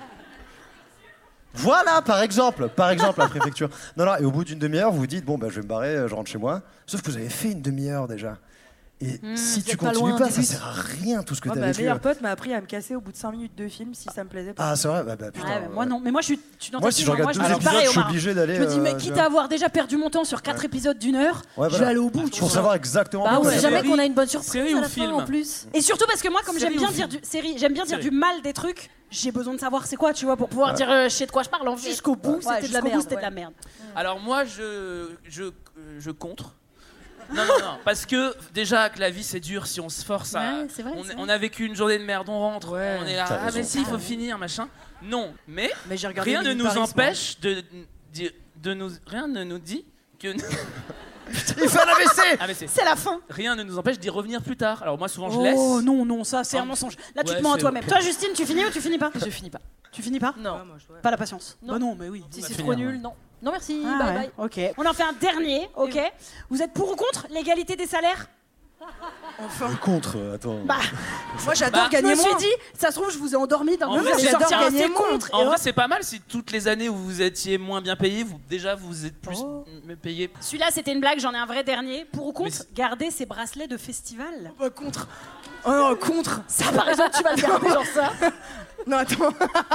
Voilà, par exemple, par exemple la préfecture. Non, non, et au bout d'une demi-heure, vous vous dites bon bah je vais me barrer, euh, je rentre chez moi. Sauf que vous avez fait une demi-heure déjà. Et si
vous
tu
êtes pas
continues
loin
pas,
du
ça
but.
sert à rien tout ce que
Moi,
t'as
ma
vécu.
meilleure pote m'a appris à me casser au bout de cinq minutes de film si ça me plaisait pas.
Ah c'est vrai, bah, bah putain.
Ouais, bah, moi non, mais moi je suis, je suis dans
Moi
ta
si
team,
je
hein.
regarde
Moi,
tous
je
les
suis
épisodes,
pareil,
je suis
Omar.
obligé d'aller.
Je me dis, mais
euh,
quitte
tu
à avoir déjà perdu mon temps sur quatre épisodes d'une heure,
Ouais,
je
voilà.
vais aller au bout. tu
Pour
vois.
savoir exactement.
Bah, on
pourquoi
sait
ça
jamais
fait.
qu'on a une bonne surprise
Série
à
ou
la fin
film
en plus.
Et surtout parce que moi, comme j'aime
Série
bien
ou
dire
film
du série, j'aime bien dire
Série.
du mal des trucs. J'ai besoin de savoir c'est quoi, tu vois, pour pouvoir dire euh, je sais de quoi je parle. En fait.
Jusqu'au bout,
Ouais,
c'était de la
jusqu'au bout,
merde,
c'était de
ouais.
la merde.
Alors moi je je je contre. Non, non, non. Parce que déjà que la vie c'est dur si on se force à.
Ouais, c'est vrai,
on,
c'est
on
vrai.
a vécu une journée de merde, on rentre,
Ouais.
on est là.
T'as
Ah,
raison.
mais si, il faut finir, machin. Non, mais,
Mais j'ai regardé
rien ne nous
Militarisme,
empêche de, de, de nous. Rien ne nous dit que.
Il fait un A V C.
Ah, mais c'est-
C'est la fin.
Rien ne nous empêche d'y revenir plus tard. Alors moi souvent je laisse.
Oh non, non, ça c'est
Ah.
un mensonge. Là tu
Ouais,
te mens à
c'est-
toi-même. Toi Justine, tu finis ou tu finis pas? Je finis pas. Tu finis pas?
Non.
Pas la patience.
Non.
Bah non, mais oui.
Si
va
c'est
finir,
trop
ouais.
nul, non. Non, merci.
Ah,
bye
ouais.
bye.
Ok. On en fait un dernier, ok. Vous êtes pour ou contre l'égalité des salaires?
Le contre, euh, attends.
Bah,
Moi, j'adore
Bah,
je
gagner
me suis
moins.
dit, ça se trouve, je vous ai endormi d'un
En
coup,
vrai,
vous allez
j'adore
sortir un
gagner
c'est
moins.
contre.
En
et
vrai,
hop.
c'est pas mal si toutes les années où vous étiez moins bien payé, vous déjà vous êtes plus
Oh.
m- payé.
Celui-là, c'était une blague, j'en ai un vrai dernier. Pour ou contre
Mais c'est-
garder ses bracelets de festival?
Bah, contre. Oh non, contre.
Ça, par exemple, tu vas le garder, genre ça.
Non, attends.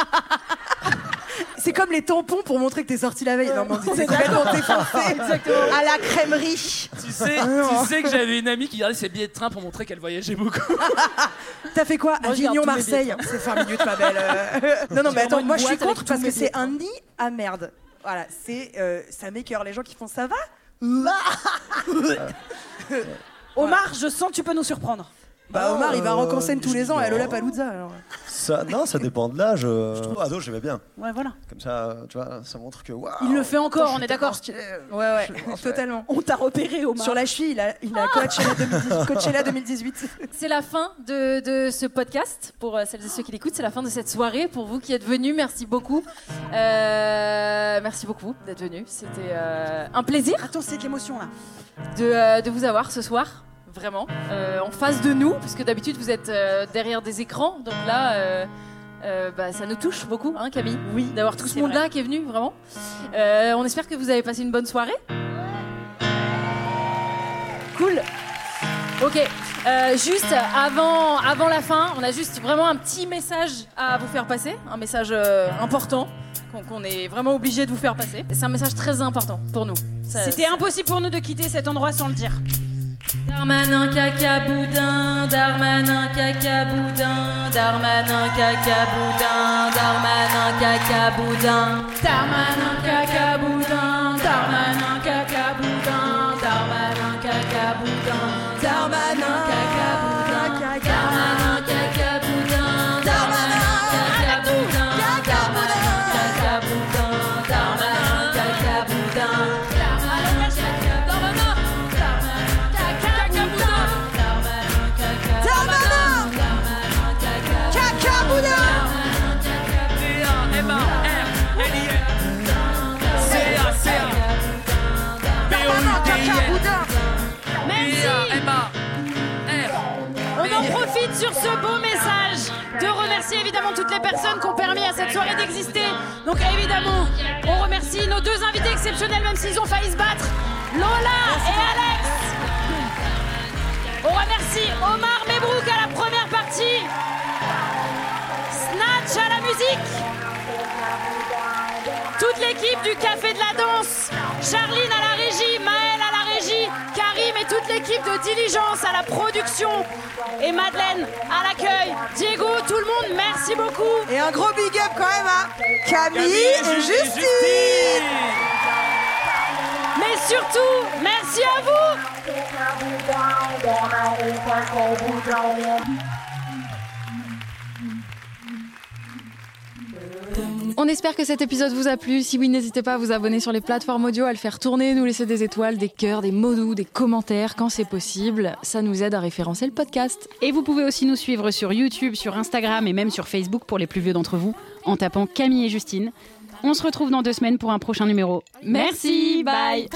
C'est comme les tampons pour montrer que t'es sorti la veille. Non, mais on dit, c'est complètement défoncé. À la crèmerie.
Tu sais,
Ah non.
tu sais que j'avais une amie qui gardait ses billets de train pour montrer qu'elle voyageait beaucoup.
T'as fait quoi?
Moi, je garde
Avignon,
tous mes
Marseille. C'est vingt minutes, ma belle. Euh, Non, non, mais
J'ai
attends,
vraiment
moi
une
je suis
boîte avec
contre parce
tous
que
mes
c'est
billets.
un nid à merde. Voilà, c'est euh, ça m'écoeure. Les gens qui font ça va.
Omar, je sens que tu peux nous surprendre.
Bah, Omar, il va
Euh,
en scène tous les ans à
non.
Lollapalooza. Alors.
Ça, non, ça dépend de l'âge. euh, Je trouve ado, j'aimais bien.
Ouais, voilà.
Comme ça, tu vois, ça montre que. waouh,
Il le fait encore, on est d'accord.
Ouais, ouais, totalement.
On t'a repéré, Omar.
Sur la cheville, il a, il a Coachella deux mille dix-huit. Coachella deux mille dix-huit.
C'est la fin de, de ce podcast pour euh, celles et ceux qui l'écoutent. C'est la fin de cette soirée pour vous qui êtes venus. Merci beaucoup. Euh, merci beaucoup d'être venus. C'était euh, un plaisir.
Attends, c'est de l'émotion là.
De, euh, de vous avoir ce soir. Vraiment. Euh, en face de nous, parce que d'habitude vous êtes euh, derrière des écrans. Donc là, euh, euh, bah, ça nous touche beaucoup, hein, Camille.
Oui.
D'avoir tout ce
c'est
monde-là
vrai.
qui est venu, vraiment. Euh, on espère que vous avez passé une bonne soirée. Cool. Ok. Euh, juste avant, avant la fin, on a juste vraiment un petit message à vous faire passer, un message euh, important qu'on qu'on est vraiment obligé de vous faire passer. C'est un message très important pour nous. Ça-
C'était impossible pour nous de quitter cet endroit sans le dire.
Darmanin caca boudin, Darmanin caca boudin, Darmanin caca boudin, Darmanin caca boudin, Darmanin caca boudin, Darmanin caca boudin, Darmanin caca boudin, Darmanin caca boudin, Darmanin caca boudin, Darmanin caca boudin, Darmanin caca boudin, Darmanin caca boudin, Darmanin
Merci. On en profite sur ce beau message de remercier évidemment toutes les personnes qui ont permis à cette soirée d'exister. Donc évidemment, on remercie nos deux invités exceptionnels, même s'ils ont failli se battre, Lola et Alex. On remercie Omar Mebrouk à la première partie, Snatch à la musique, toute l'équipe du Café de la Danse, Charline à la régie, Maëlle à la régie, Karim et toute l'équipe de Diligence à la production et Madeleine à l'accueil. Diego, tout le monde, merci beaucoup.
Et un gros big up quand même à Camille, et Justine.
Mais surtout, merci à vous.
On espère que cet épisode vous a plu. Si oui, n'hésitez pas à vous abonner sur les plateformes audio, à le faire tourner, nous laisser des étoiles, des cœurs, des mots doux, des commentaires quand c'est possible. Ça nous aide à référencer le podcast.
Et vous pouvez aussi nous suivre sur YouTube, sur Instagram et même sur Facebook pour les plus vieux d'entre vous en tapant Camille et Justine. On se retrouve dans deux semaines pour un prochain numéro. Merci, bye.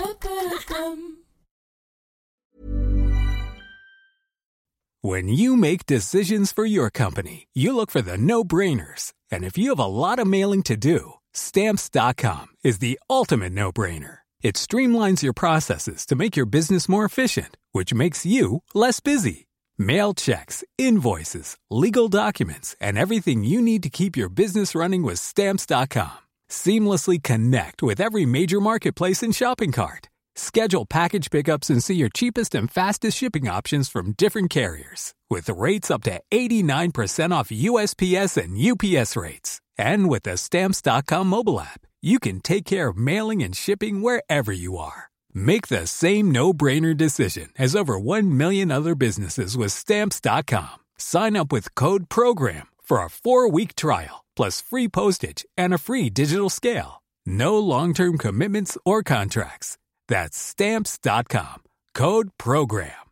When you make decisions for your company, you look for the no-brainers. And if you have a lot of mailing to do, Stamps dot com is the ultimate no-brainer. It streamlines your processes to make your business more efficient, which makes you less busy. Mail checks, invoices, legal documents, and everything you need to keep your business running with Stamps dot com. Seamlessly connect with every major marketplace and shopping cart. Schedule package pickups and see your cheapest and fastest shipping options from different carriers. With rates up to eighty-nine percent off U S P S and U P S rates. And with the Stamps dot com mobile app, you can take care of mailing and shipping wherever you are. Make the same no-brainer decision as over one million other businesses with Stamps dot com. Sign up with code PROGRAM for a four-week trial, plus free postage and a free digital scale. No long-term commitments or contracts. That's Stamps dot com. Code PROGRAM.